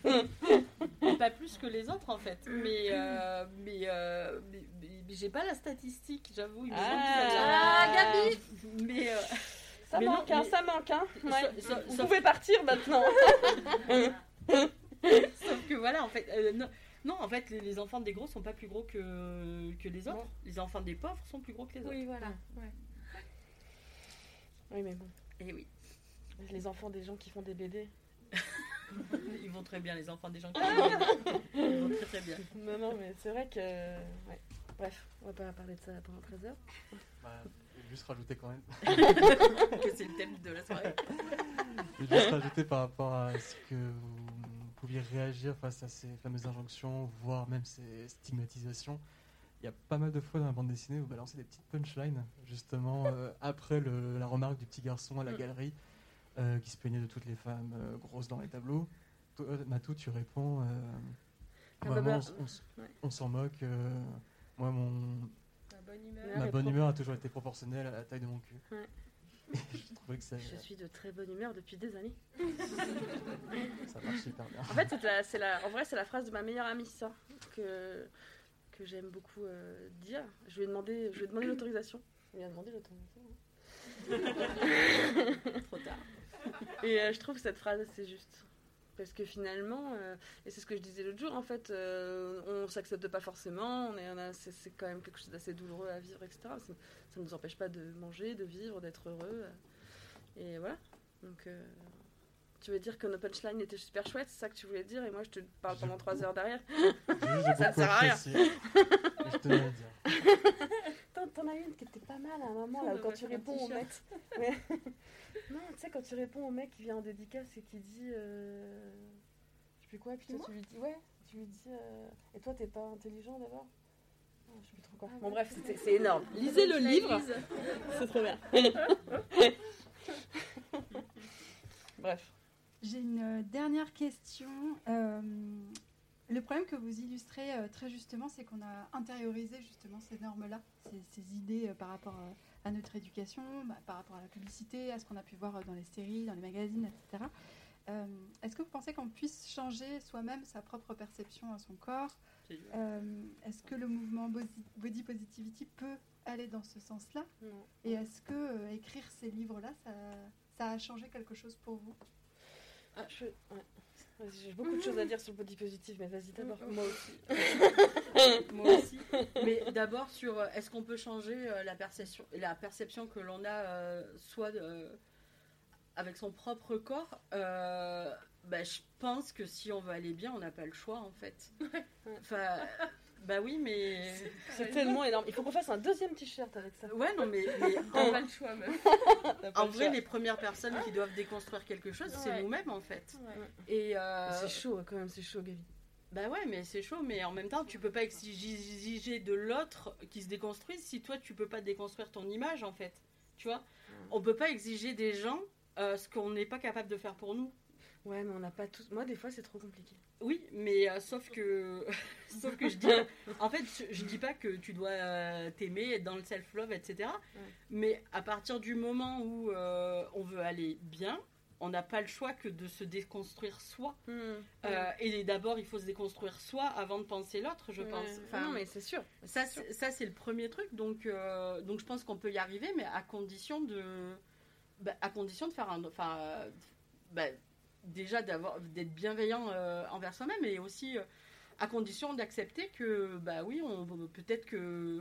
euh, pas plus que les autres en fait, mais euh, mais, euh, mais, mais- mais j'ai pas la statistique, j'avoue. il me semble que ça Ah, vient- Gabi. Mais euh, Ça Mais manque, non, hein, mais- ça manque, hein. Ouais. Sauf- sauf- Vous sauf- pouvez partir maintenant. Sauf que voilà, en fait, euh, non, non, en fait, les, les enfants des gros sont pas plus gros que, que les autres. Non. Les enfants des pauvres sont plus gros que les autres. Oui voilà ouais. Oui, mais bon. Et oui, Les enfants des gens qui font des B D. ils vont très bien, les enfants des gens qui ils vont très très bien. Non, non, mais c'est vrai que. Ouais. Bref, on va pas parler de ça pendant treize heures. Bah, je vais juste rajouter quand même. Que c'est le thème de la soirée. Je vais juste rajouter par rapport à ce que vous pouviez réagir face à ces fameuses injonctions, voire même ces stigmatisations. Il y a pas mal de fois dans la bande dessinée où vous balancez des petites punchlines, justement, euh, après le- la remarque du petit garçon à la Mm. galerie euh, qui se plaignait de toutes les femmes euh, grosses dans les tableaux. Toi, Matou, tu réponds euh, Ah, vraiment, bah, on, s- on s- ouais. on s'en moque. euh, moi, mon, La bonne humeur. Ouais, ma mais bonne pro- humeur a toujours été proportionnelle à la taille de mon cul. Je trouvais que ça, Je suis de très bonne humeur depuis des années. ça marche super bien. En fait, c'est la, c'est la, en vrai, c'est la phrase de ma meilleure amie, ça, que, que j'aime beaucoup euh, dire. Je lui ai demandé, je lui ai demandé l'autorisation. Il m'a demandé l'autorisation. Hein. Trop tard. Et euh, je trouve que cette phrase, c'est juste. Parce que finalement, euh, et c'est ce que je disais l'autre jour, en fait, euh, on s'accepte pas forcément, on est, on a, c'est, c'est quand même quelque chose d'assez douloureux à vivre, et cetera. Ça ne nous empêche pas de manger, de vivre, d'être heureux. Euh, et voilà. Donc, euh, tu veux dire que nos punchlines étaient super chouettes, c'est ça que tu voulais dire, et moi je te parle pendant trois heures derrière. Ça ne sert à rien. Je tenais à le dire. T'en, t'en as une qui était pas mal à un moment, là, quand tu réponds au mec. Mais... non, tu sais, quand tu réponds au mec qui vient en dédicace et qui dit. Euh... Je sais plus quoi, puis toi, tu lui dis. Ouais, tu lui dis. Euh... Et toi, t'es pas intelligent d'abord? Non, je sais plus trop quoi. Bon, bref, c'est, c'est énorme. Lisez le livre. C'est trop bien. Bref. J'ai une dernière question. Euh, le problème que vous illustrez euh, très justement, c'est qu'on a intériorisé justement ces normes-là, ces, ces idées euh, par rapport euh, à notre éducation, bah, par rapport à la publicité, à ce qu'on a pu voir euh, dans les séries, dans les magazines, et cetera. Euh, est-ce que vous pensez qu'on puisse changer soi-même sa propre perception à son corps? euh, Est-ce que le mouvement body positivity peut aller dans ce sens-là? Non. Et est-ce que euh, écrire ces livres-là, ça, ça a changé quelque chose pour vous? Ah, je... ouais. J'ai beaucoup de choses à dire sur le body positive, mais vas-y d'abord. Moi aussi. Moi aussi. Mais d'abord sur euh, est-ce qu'on peut changer euh, la perception, la perception que l'on a euh, soit euh, avec son propre corps. Euh, bah, je pense que si on veut aller bien, on n'a pas le choix en fait. Enfin, bah oui, mais c'est tellement énorme. Il faut qu'on fasse un deuxième t-shirt avec ça. Ouais, non, mais, mais T'as pas le choix, même. En vrai, les premières personnes qui doivent déconstruire quelque chose, c'est Ouais. nous-mêmes en fait. Ouais. Et euh... C'est chaud quand même, c'est chaud, Gaby. Bah ouais, mais c'est chaud, mais en même temps, tu peux pas exiger de l'autre qui se déconstruise si toi, tu peux pas déconstruire ton image, en fait. Tu vois, on peut pas exiger des gens euh, ce qu'on n'est pas capable de faire pour nous. Ouais, mais on n'a pas tous... Moi, des fois, c'est trop compliqué. Oui, mais euh, sauf que... sauf que je dis... En fait, je, je dis pas que tu dois euh, t'aimer, être dans le self-love, et cetera. Ouais. Mais à partir du moment où euh, on veut aller bien, on n'a pas le choix que de se déconstruire soi. Mmh. Euh, et d'abord, il faut se déconstruire soi avant de penser l'autre, je pense. Ouais. Enfin, non, mais c'est sûr. Ça, c'est, ça, c'est le premier truc. Donc, euh, donc je pense qu'on peut y arriver, mais à condition de... Bah, à condition de faire un... Enfin, euh, bah, déjà d'avoir, d'être bienveillant euh, envers soi-même, et aussi euh, à condition d'accepter que, bah oui, on, peut-être que...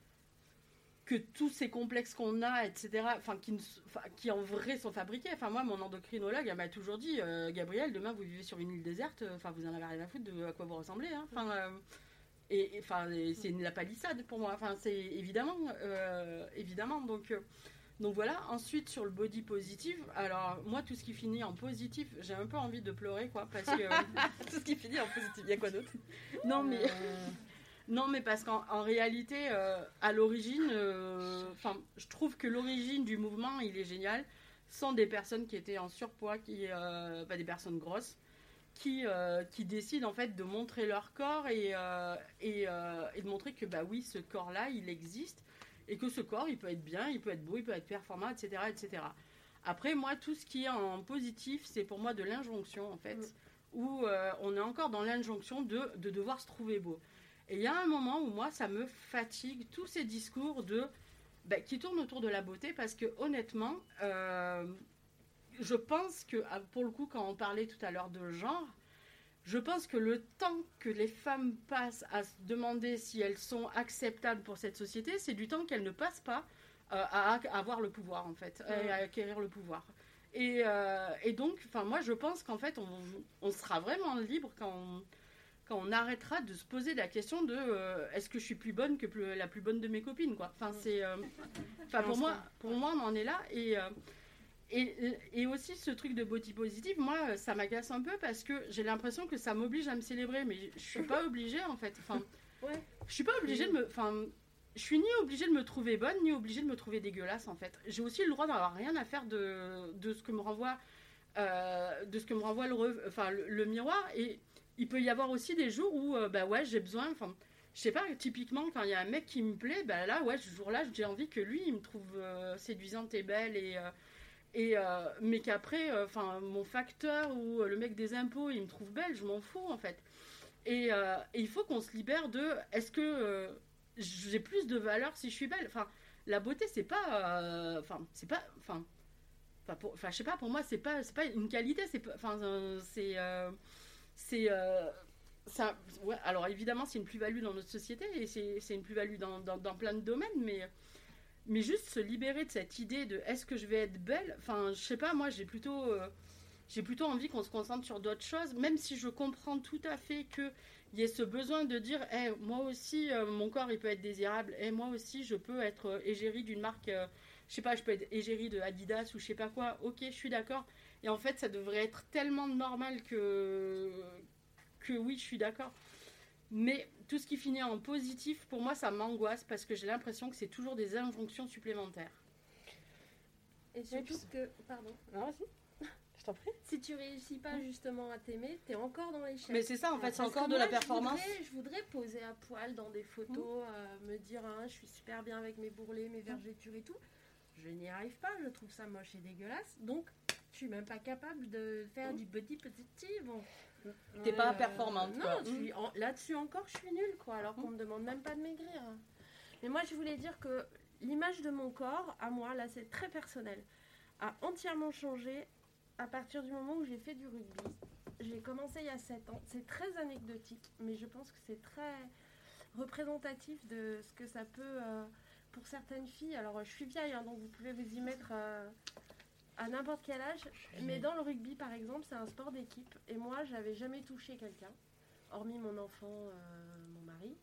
que tous ces complexes qu'on a, et cetera, enfin, qui, qui en vrai sont fabriqués. Enfin, moi, mon endocrinologue, elle m'a toujours dit, euh, Gabrielle, demain, vous vivez sur une île déserte, enfin, vous en avez rien à foutre de à quoi vous ressemblez. Hein. Enfin, euh, et, enfin, c'est une, la palissade pour moi. Enfin, c'est évidemment, euh, évidemment. Donc, euh, donc voilà. Ensuite, sur le body positive, alors, moi, tout ce qui finit en positif, j'ai un peu envie de pleurer, quoi, parce que... tout ce qui finit en positif, il y a quoi d'autre? Non, mais... Euh... Non, mais parce qu'en en réalité, euh, à l'origine, euh, je trouve que l'origine du mouvement, il est génial. Sont des personnes qui étaient en surpoids, qui, euh, bah, des personnes grosses, qui, euh, qui décident en fait de montrer leur corps et, euh, et, euh, et de montrer que bah oui, ce corps-là, il existe et que ce corps, il peut être bien, il peut être beau, il peut être performant, et cetera, et cetera. Après, moi, tout ce qui est en positif, c'est pour moi de l'injonction en fait, mmh. où euh, on est encore dans l'injonction de, de devoir se trouver beau. Et il y a un moment où moi, ça me fatigue, tous ces discours de, bah, qui tournent autour de la beauté, parce que honnêtement, euh, je pense que, pour le coup, quand on parlait tout à l'heure de genre, je pense que le temps que les femmes passent à se demander si elles sont acceptables pour cette société, c'est du temps qu'elles ne passent pas euh, à, à avoir le pouvoir, en fait, mmh. à acquérir le pouvoir. Et, euh, et donc, moi, je pense qu'en fait, on, on sera vraiment libre quand on... quand on arrêtera de se poser la question de euh, est-ce que je suis plus bonne que plus, la plus bonne de mes copines, quoi. Enfin, c'est, euh, enfin pour moi, pour moi, on en est là. Et, euh, et, et aussi ce truc de body positive, moi, ça m'agace un peu parce que j'ai l'impression que ça m'oblige à me célébrer, mais je suis pas obligée en fait. Enfin, ouais. je suis pas obligée de me, enfin, je suis ni obligée de me trouver bonne, ni obligée de me trouver dégueulasse en fait. J'ai aussi le droit d'avoir rien à faire de, de ce que me renvoie, euh, de ce que me renvoie le, enfin, le, le miroir. Et il peut y avoir aussi des jours où, euh, bah ouais, j'ai besoin, enfin, je sais pas, typiquement, quand il y a un mec qui me plaît, ben là, ouais, ce jour-là, j'ai envie que lui, il me trouve euh, séduisante et belle, et, euh, et, euh, mais qu'après, enfin, euh, mon facteur ou euh, le mec des impôts, il me trouve belle, je m'en fous, en fait. Et, euh, et il faut qu'on se libère de, est-ce que euh, j'ai plus de valeur si je suis belle? Enfin, la beauté, c'est pas, enfin, euh, c'est pas, enfin, enfin, je sais pas, pour moi, c'est pas, c'est pas une qualité, c'est pas, enfin, euh, c'est, euh, c'est, euh, ça, ouais, alors évidemment, c'est une plus-value dans notre société et c'est, c'est une plus-value dans, dans, dans plein de domaines, mais, mais juste se libérer de cette idée de est-ce que je vais être belle? Enfin, je sais pas, moi, j'ai plutôt, euh, j'ai plutôt envie qu'on se concentre sur d'autres choses, même si je comprends tout à fait qu'il y ait ce besoin de dire, hey, moi aussi, euh, mon corps, il peut être désirable, et moi aussi, je peux être euh, égérie d'une marque, euh, je sais pas, je peux être égérie de Adidas ou je sais pas quoi, ok, je suis d'accord. Et en fait, ça devrait être tellement normal que, que oui, je suis d'accord. Mais tout ce qui finit en positif, pour moi, ça m'angoisse parce que j'ai l'impression que c'est toujours des injonctions supplémentaires. Et surtout que... Pardon. Non, vas-y. Je t'en prie. Si tu réussis pas justement à t'aimer, t'es encore dans l'échec. Mais c'est ça, en fait, c'est Parce encore que de moi, la performance. Je voudrais, je voudrais poser à poil dans des photos, euh, me dire, hein, je suis super bien avec mes bourrelets, mes vergetures et tout. Je n'y arrive pas, je trouve ça moche et dégueulasse. Donc, je suis même pas capable de faire du body positive. Bon. T'es Euh, pas performante, quoi. Non, je suis en- là-dessus encore, je suis nulle, quoi. Alors qu'on me demande même pas de maigrir. Mais moi, je voulais dire que l'image de mon corps, à moi, là, c'est très personnel, a entièrement changé à partir du moment où j'ai fait du rugby. J'ai commencé il y a sept ans. C'est très anecdotique, mais je pense que c'est très représentatif de ce que ça peut... Euh, pour certaines filles, alors je suis vieille, hein, donc vous pouvez vous y mettre euh, à n'importe quel âge, mais dans le rugby, par exemple, c'est un sport d'équipe, et moi, j'avais jamais touché quelqu'un, hormis mon enfant, euh, mon mari.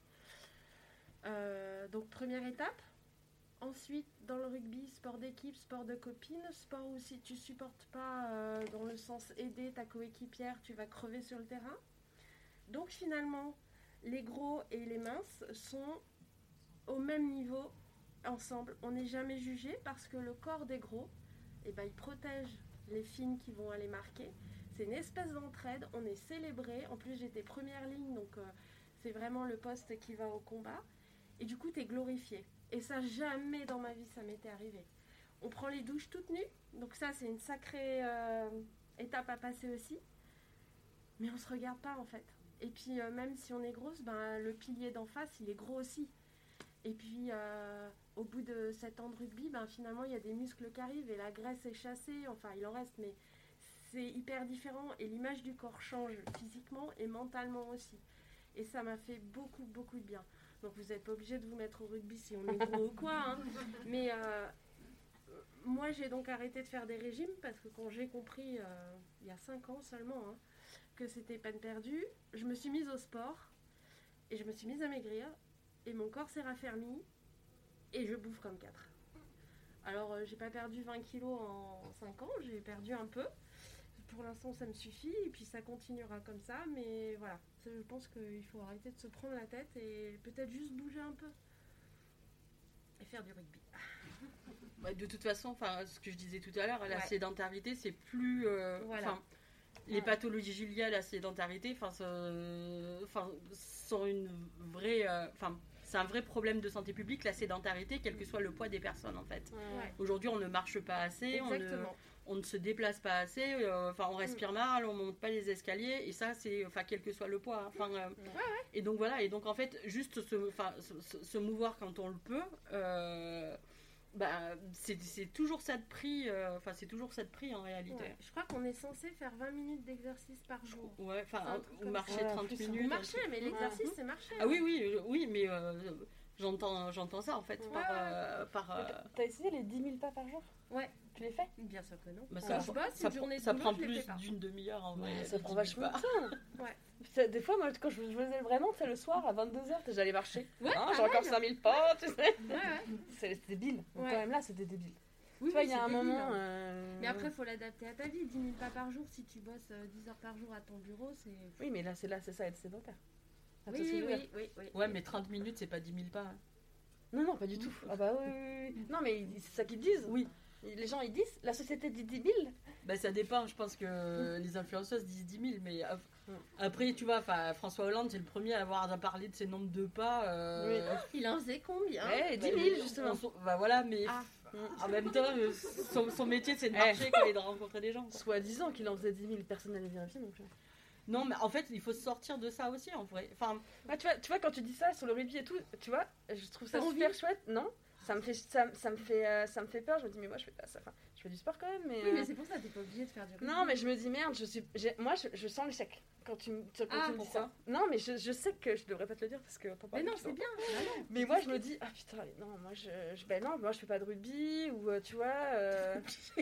Euh, donc, première étape. Ensuite, dans le rugby, sport d'équipe, sport de copine, sport où si tu supportes pas euh, dans le sens aider ta coéquipière, tu vas crever sur le terrain. Donc, finalement, les gros et les minces sont au même niveau ensemble. On n'est jamais jugé parce que le corps des gros, eh ben, il protège les fines qui vont aller marquer. C'est une espèce d'entraide, on est célébré. En plus, j'étais première ligne, donc euh, c'est vraiment le poste qui va au combat. Et du coup, tu es glorifié. Et ça, jamais dans ma vie, ça m'était arrivé. On prend les douches toutes nues, donc ça, c'est une sacrée euh, étape à passer aussi. Mais on se regarde pas, en fait. Et puis, euh, même si on est grosse, ben, le pilier d'en face, il est gros aussi. Et puis, euh, au bout de sept ans de rugby, ben, finalement, il y a des muscles qui arrivent et la graisse est chassée. Enfin, il en reste, mais c'est hyper différent. Et l'image du corps change physiquement et mentalement aussi. Et ça m'a fait beaucoup, beaucoup de bien. Donc, vous n'êtes pas obligé de vous mettre au rugby si on est gros ou quoi. Hein. Mais euh, moi, j'ai donc arrêté de faire des régimes parce que quand j'ai compris, euh, il y a cinq ans seulement, hein, que c'était peine perdue, je me suis mise au sport et je me suis mise à maigrir. Et mon corps s'est raffermi et je bouffe comme quatre. Alors, euh, j'ai pas perdu vingt kilos en cinq ans, j'ai perdu un peu. Pour l'instant, ça me suffit et puis ça continuera comme ça. Mais voilà, je pense qu'il faut arrêter de se prendre la tête et peut-être juste bouger un peu. Et faire du rugby. Ouais, de toute façon, ce que je disais tout à l'heure, la Ouais. sédentarité, c'est plus... Euh, Voilà. Les Ouais. pathologies liées à la sédentarité sont une vraie... Enfin, c'est un vrai problème de santé publique, la sédentarité, quel que soit le poids des personnes, en fait. Ouais. Aujourd'hui, on ne marche pas assez, on ne, Exactement. on ne se déplace pas assez, enfin, euh, on respire mal, on ne monte pas les escaliers, et ça, c'est, enfin, quel que soit le poids. Enfin, euh, Ouais, ouais. Et donc, voilà, et donc, en fait, juste se, enfin, se, se, se mouvoir quand on le peut... Euh, Bah, c'est, c'est toujours ça de prix, enfin euh, c'est toujours ça de prix en réalité. Ouais. Je crois qu'on est censé faire vingt minutes d'exercice par jour. Ouais, enfin ou marcher ça. trente Ouais, minutes. Ou marcher, mais l'exercice Ouais. c'est marcher. Ah oui oui oui mais euh, j'entends j'entends ça en fait Ouais, par ouais. euh, par. Euh... T'as essayé les dix mille pas par jour? Ouais. Tu les fais? Bien sûr que non. Bah, Quand ça, je bosse, ça, une journée de ça boulot, prend je les plus fais pas. d'une demi-heure en vrai. Ouais, ça les prend dix mille vachement pas. de temps. Ouais. C'est- Des fois, moi, quand je faisais vraiment, c'est le soir à vingt-deux heures, j'allais marcher. Ouais, Hein, j'ai pareil. encore cinq mille pas, tu sais. Ouais, ouais. C'est c'est débile. Donc, Ouais. quand même là, c'était débile. Oui, tu vois, oui, il y a c'est un débile, moment. hein. euh, Mais après, il faut l'adapter à ta vie. dix mille pas par jour, si tu bosses euh, dix heures par jour à ton bureau, c'est. Oui, mais là, c'est là, c'est ça, être sédentaire. Ah, Oui, tu vois ce que oui, je veux dire oui, oui, oui. Ouais mais trente minutes c'est pas dix mille pas. Hein. Non, non, pas du tout. Ah bah oui, oui, oui. Non, mais c'est ça qu'ils disent. Oui. Les gens, ils disent, la société dit dix mille. Bah ça dépend, je pense que les influenceuses disent dix mille mais euh, Après, tu vois, François Hollande, c'est le premier à avoir parlé de ses nombres de pas. Euh... Oui. Il en faisait combien? Ouais, dix mille, justement. On, on, bah voilà, mais ah. en même temps, son, son métier, c'est de marcher hey. Quoi, et de rencontrer des gens. Quoi. Soi-disant qu'il en faisait dix mille, personne n'allait vérifier non plus. Non, mais en fait, il faut se sortir de ça aussi, en vrai. Enfin, ouais, tu vois, tu vois, quand tu dis ça sur le rugby et tout, tu vois, je trouve ça super chouette, non? Ça me fait, ça, ça me fait, euh, ça me fait peur. Je me dis mais moi je fais pas ça. Enfin, je fais du sport quand même, mais. Oui, euh... mais c'est pour ça t'es pas obligée de faire du rugby. Non, mais je me dis merde, je suis, j'ai... moi je, je sens l'échec quand tu, quand ah, tu me dis ça. Non, mais je, je sais que je devrais pas te le dire parce que. Mais non, c'est bien. Non, mais moi je me dis ah putain, non, moi je, je, ben non, moi je fais pas de rugby ou euh, tu vois. Euh...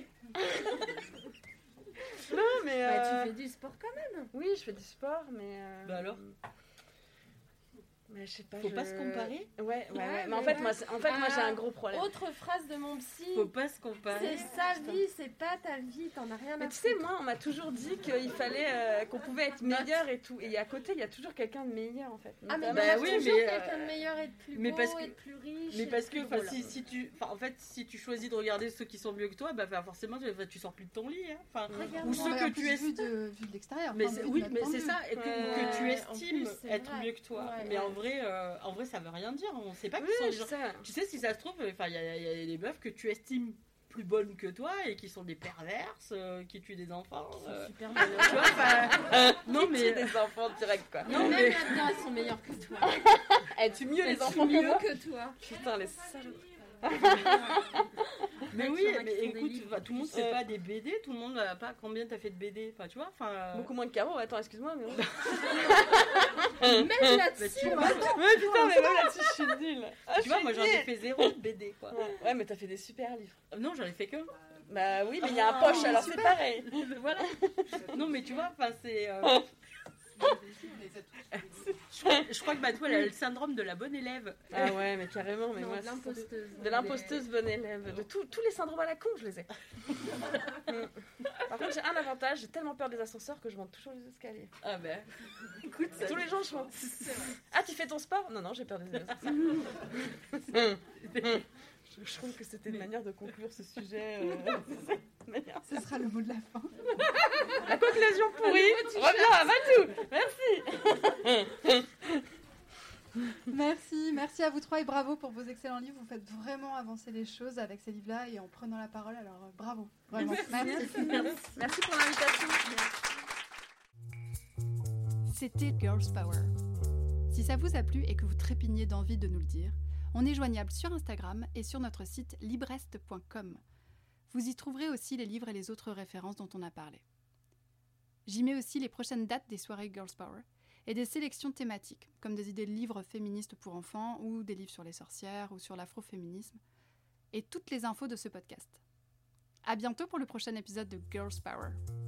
non, mais. Euh... Bah, tu fais du sport quand même. Oui, je fais du sport, mais. Euh... Bah alors. Mais je sais pas. Faut je... pas se comparer. Ouais, ouais, ouais. ouais. Mais en fait, ouais. moi, en fait, ah, moi, j'ai un gros problème. Autre phrase de mon psy. Faut pas se comparer. C'est sa vie, c'est pas ta vie. T'en as rien à Mais tu sais, moi, on m'a toujours dit qu'il fallait, euh, qu'on pouvait être meilleur et tout. Et à côté, il y a toujours quelqu'un de meilleur, en fait. Ah mais bah, oui, toujours mais quelqu'un de meilleur et de plus beau, mais parce que, et de plus riche. Mais parce que, enfin, si, si tu, enfin, en fait, si tu choisis de regarder ceux qui sont mieux que toi, bah forcément, tu, tu sors plus de ton lit, hein. Enfin, ou ceux que tu estimes de vue de l'extérieur. Mais oui, mais c'est ça, que tu estimes être mieux que toi. Mais en vrai, en vrai, ça veut rien dire. On sait pas qui sont les gens. Tu sais, si ça se trouve, enfin, il y a des meufs que tu estimes plus bonnes que toi et qui sont des perverses, euh, qui tuent des enfants. Euh, super malheureux. Tu vois, bah, euh, non qui mais tuent des enfants direct quoi. Non, mais même là-dedans, elles sont meilleures que toi. Elles tuent mieux elles les enfants mieux que, que toi. Putain, les salauds. Mais oui, mais écoute, bah, tout le monde fait euh... pas des B D, tout le monde n'a pas combien t'as fait de B D, enfin tu vois, enfin. Euh... Beaucoup moins de Caro, attends, excuse-moi, mais. Même là-dessus, ouais, putain, mais même là-dessus, je suis nulle. Ah, tu vois, moi j'en ai fait zéro de B D quoi. Ouais, ouais mais t'as fait des super livres. Euh, non, j'en ai fait que. Bah oui, mais il y a un poche, alors c'est pareil. Voilà. Non, mais tu vois, enfin c'est. Euh... je, crois, je crois que Matou elle a le syndrome de la bonne élève. Ah ouais, mais carrément, mais non, moi de l'imposteuse. De l'imposteuse bonne élève. De tout, tous les syndromes à la con, je les ai. Par contre, j'ai un avantage, j'ai tellement peur des ascenseurs que je monte toujours les escaliers. Ah ben, écoute, tous les jours je monte. Ah, tu fais ton sport? Non, non, j'ai peur des ascenseurs. Je, je trouve que c'était une manière de conclure ce sujet. Euh, manière... Ce sera le mot de la fin. La conclusion pourrie. Reviens à Matou. Merci. Merci, merci à vous trois et bravo pour vos excellents livres. Vous faites vraiment avancer les choses avec ces livres-là et en prenant la parole. Alors euh, bravo, vraiment. Merci. Merci. Merci pour l'invitation. C'était Girls Power. Si ça vous a plu et que vous trépignez d'envie de nous le dire, on est joignable sur Instagram et sur notre site librest point com. Vous y trouverez aussi les livres et les autres références dont on a parlé. J'y mets aussi les prochaines dates des soirées Girls Power et des sélections thématiques, comme des idées de livres féministes pour enfants ou des livres sur les sorcières ou sur l'afroféminisme, et toutes les infos de ce podcast. À bientôt pour le prochain épisode de Girls Power.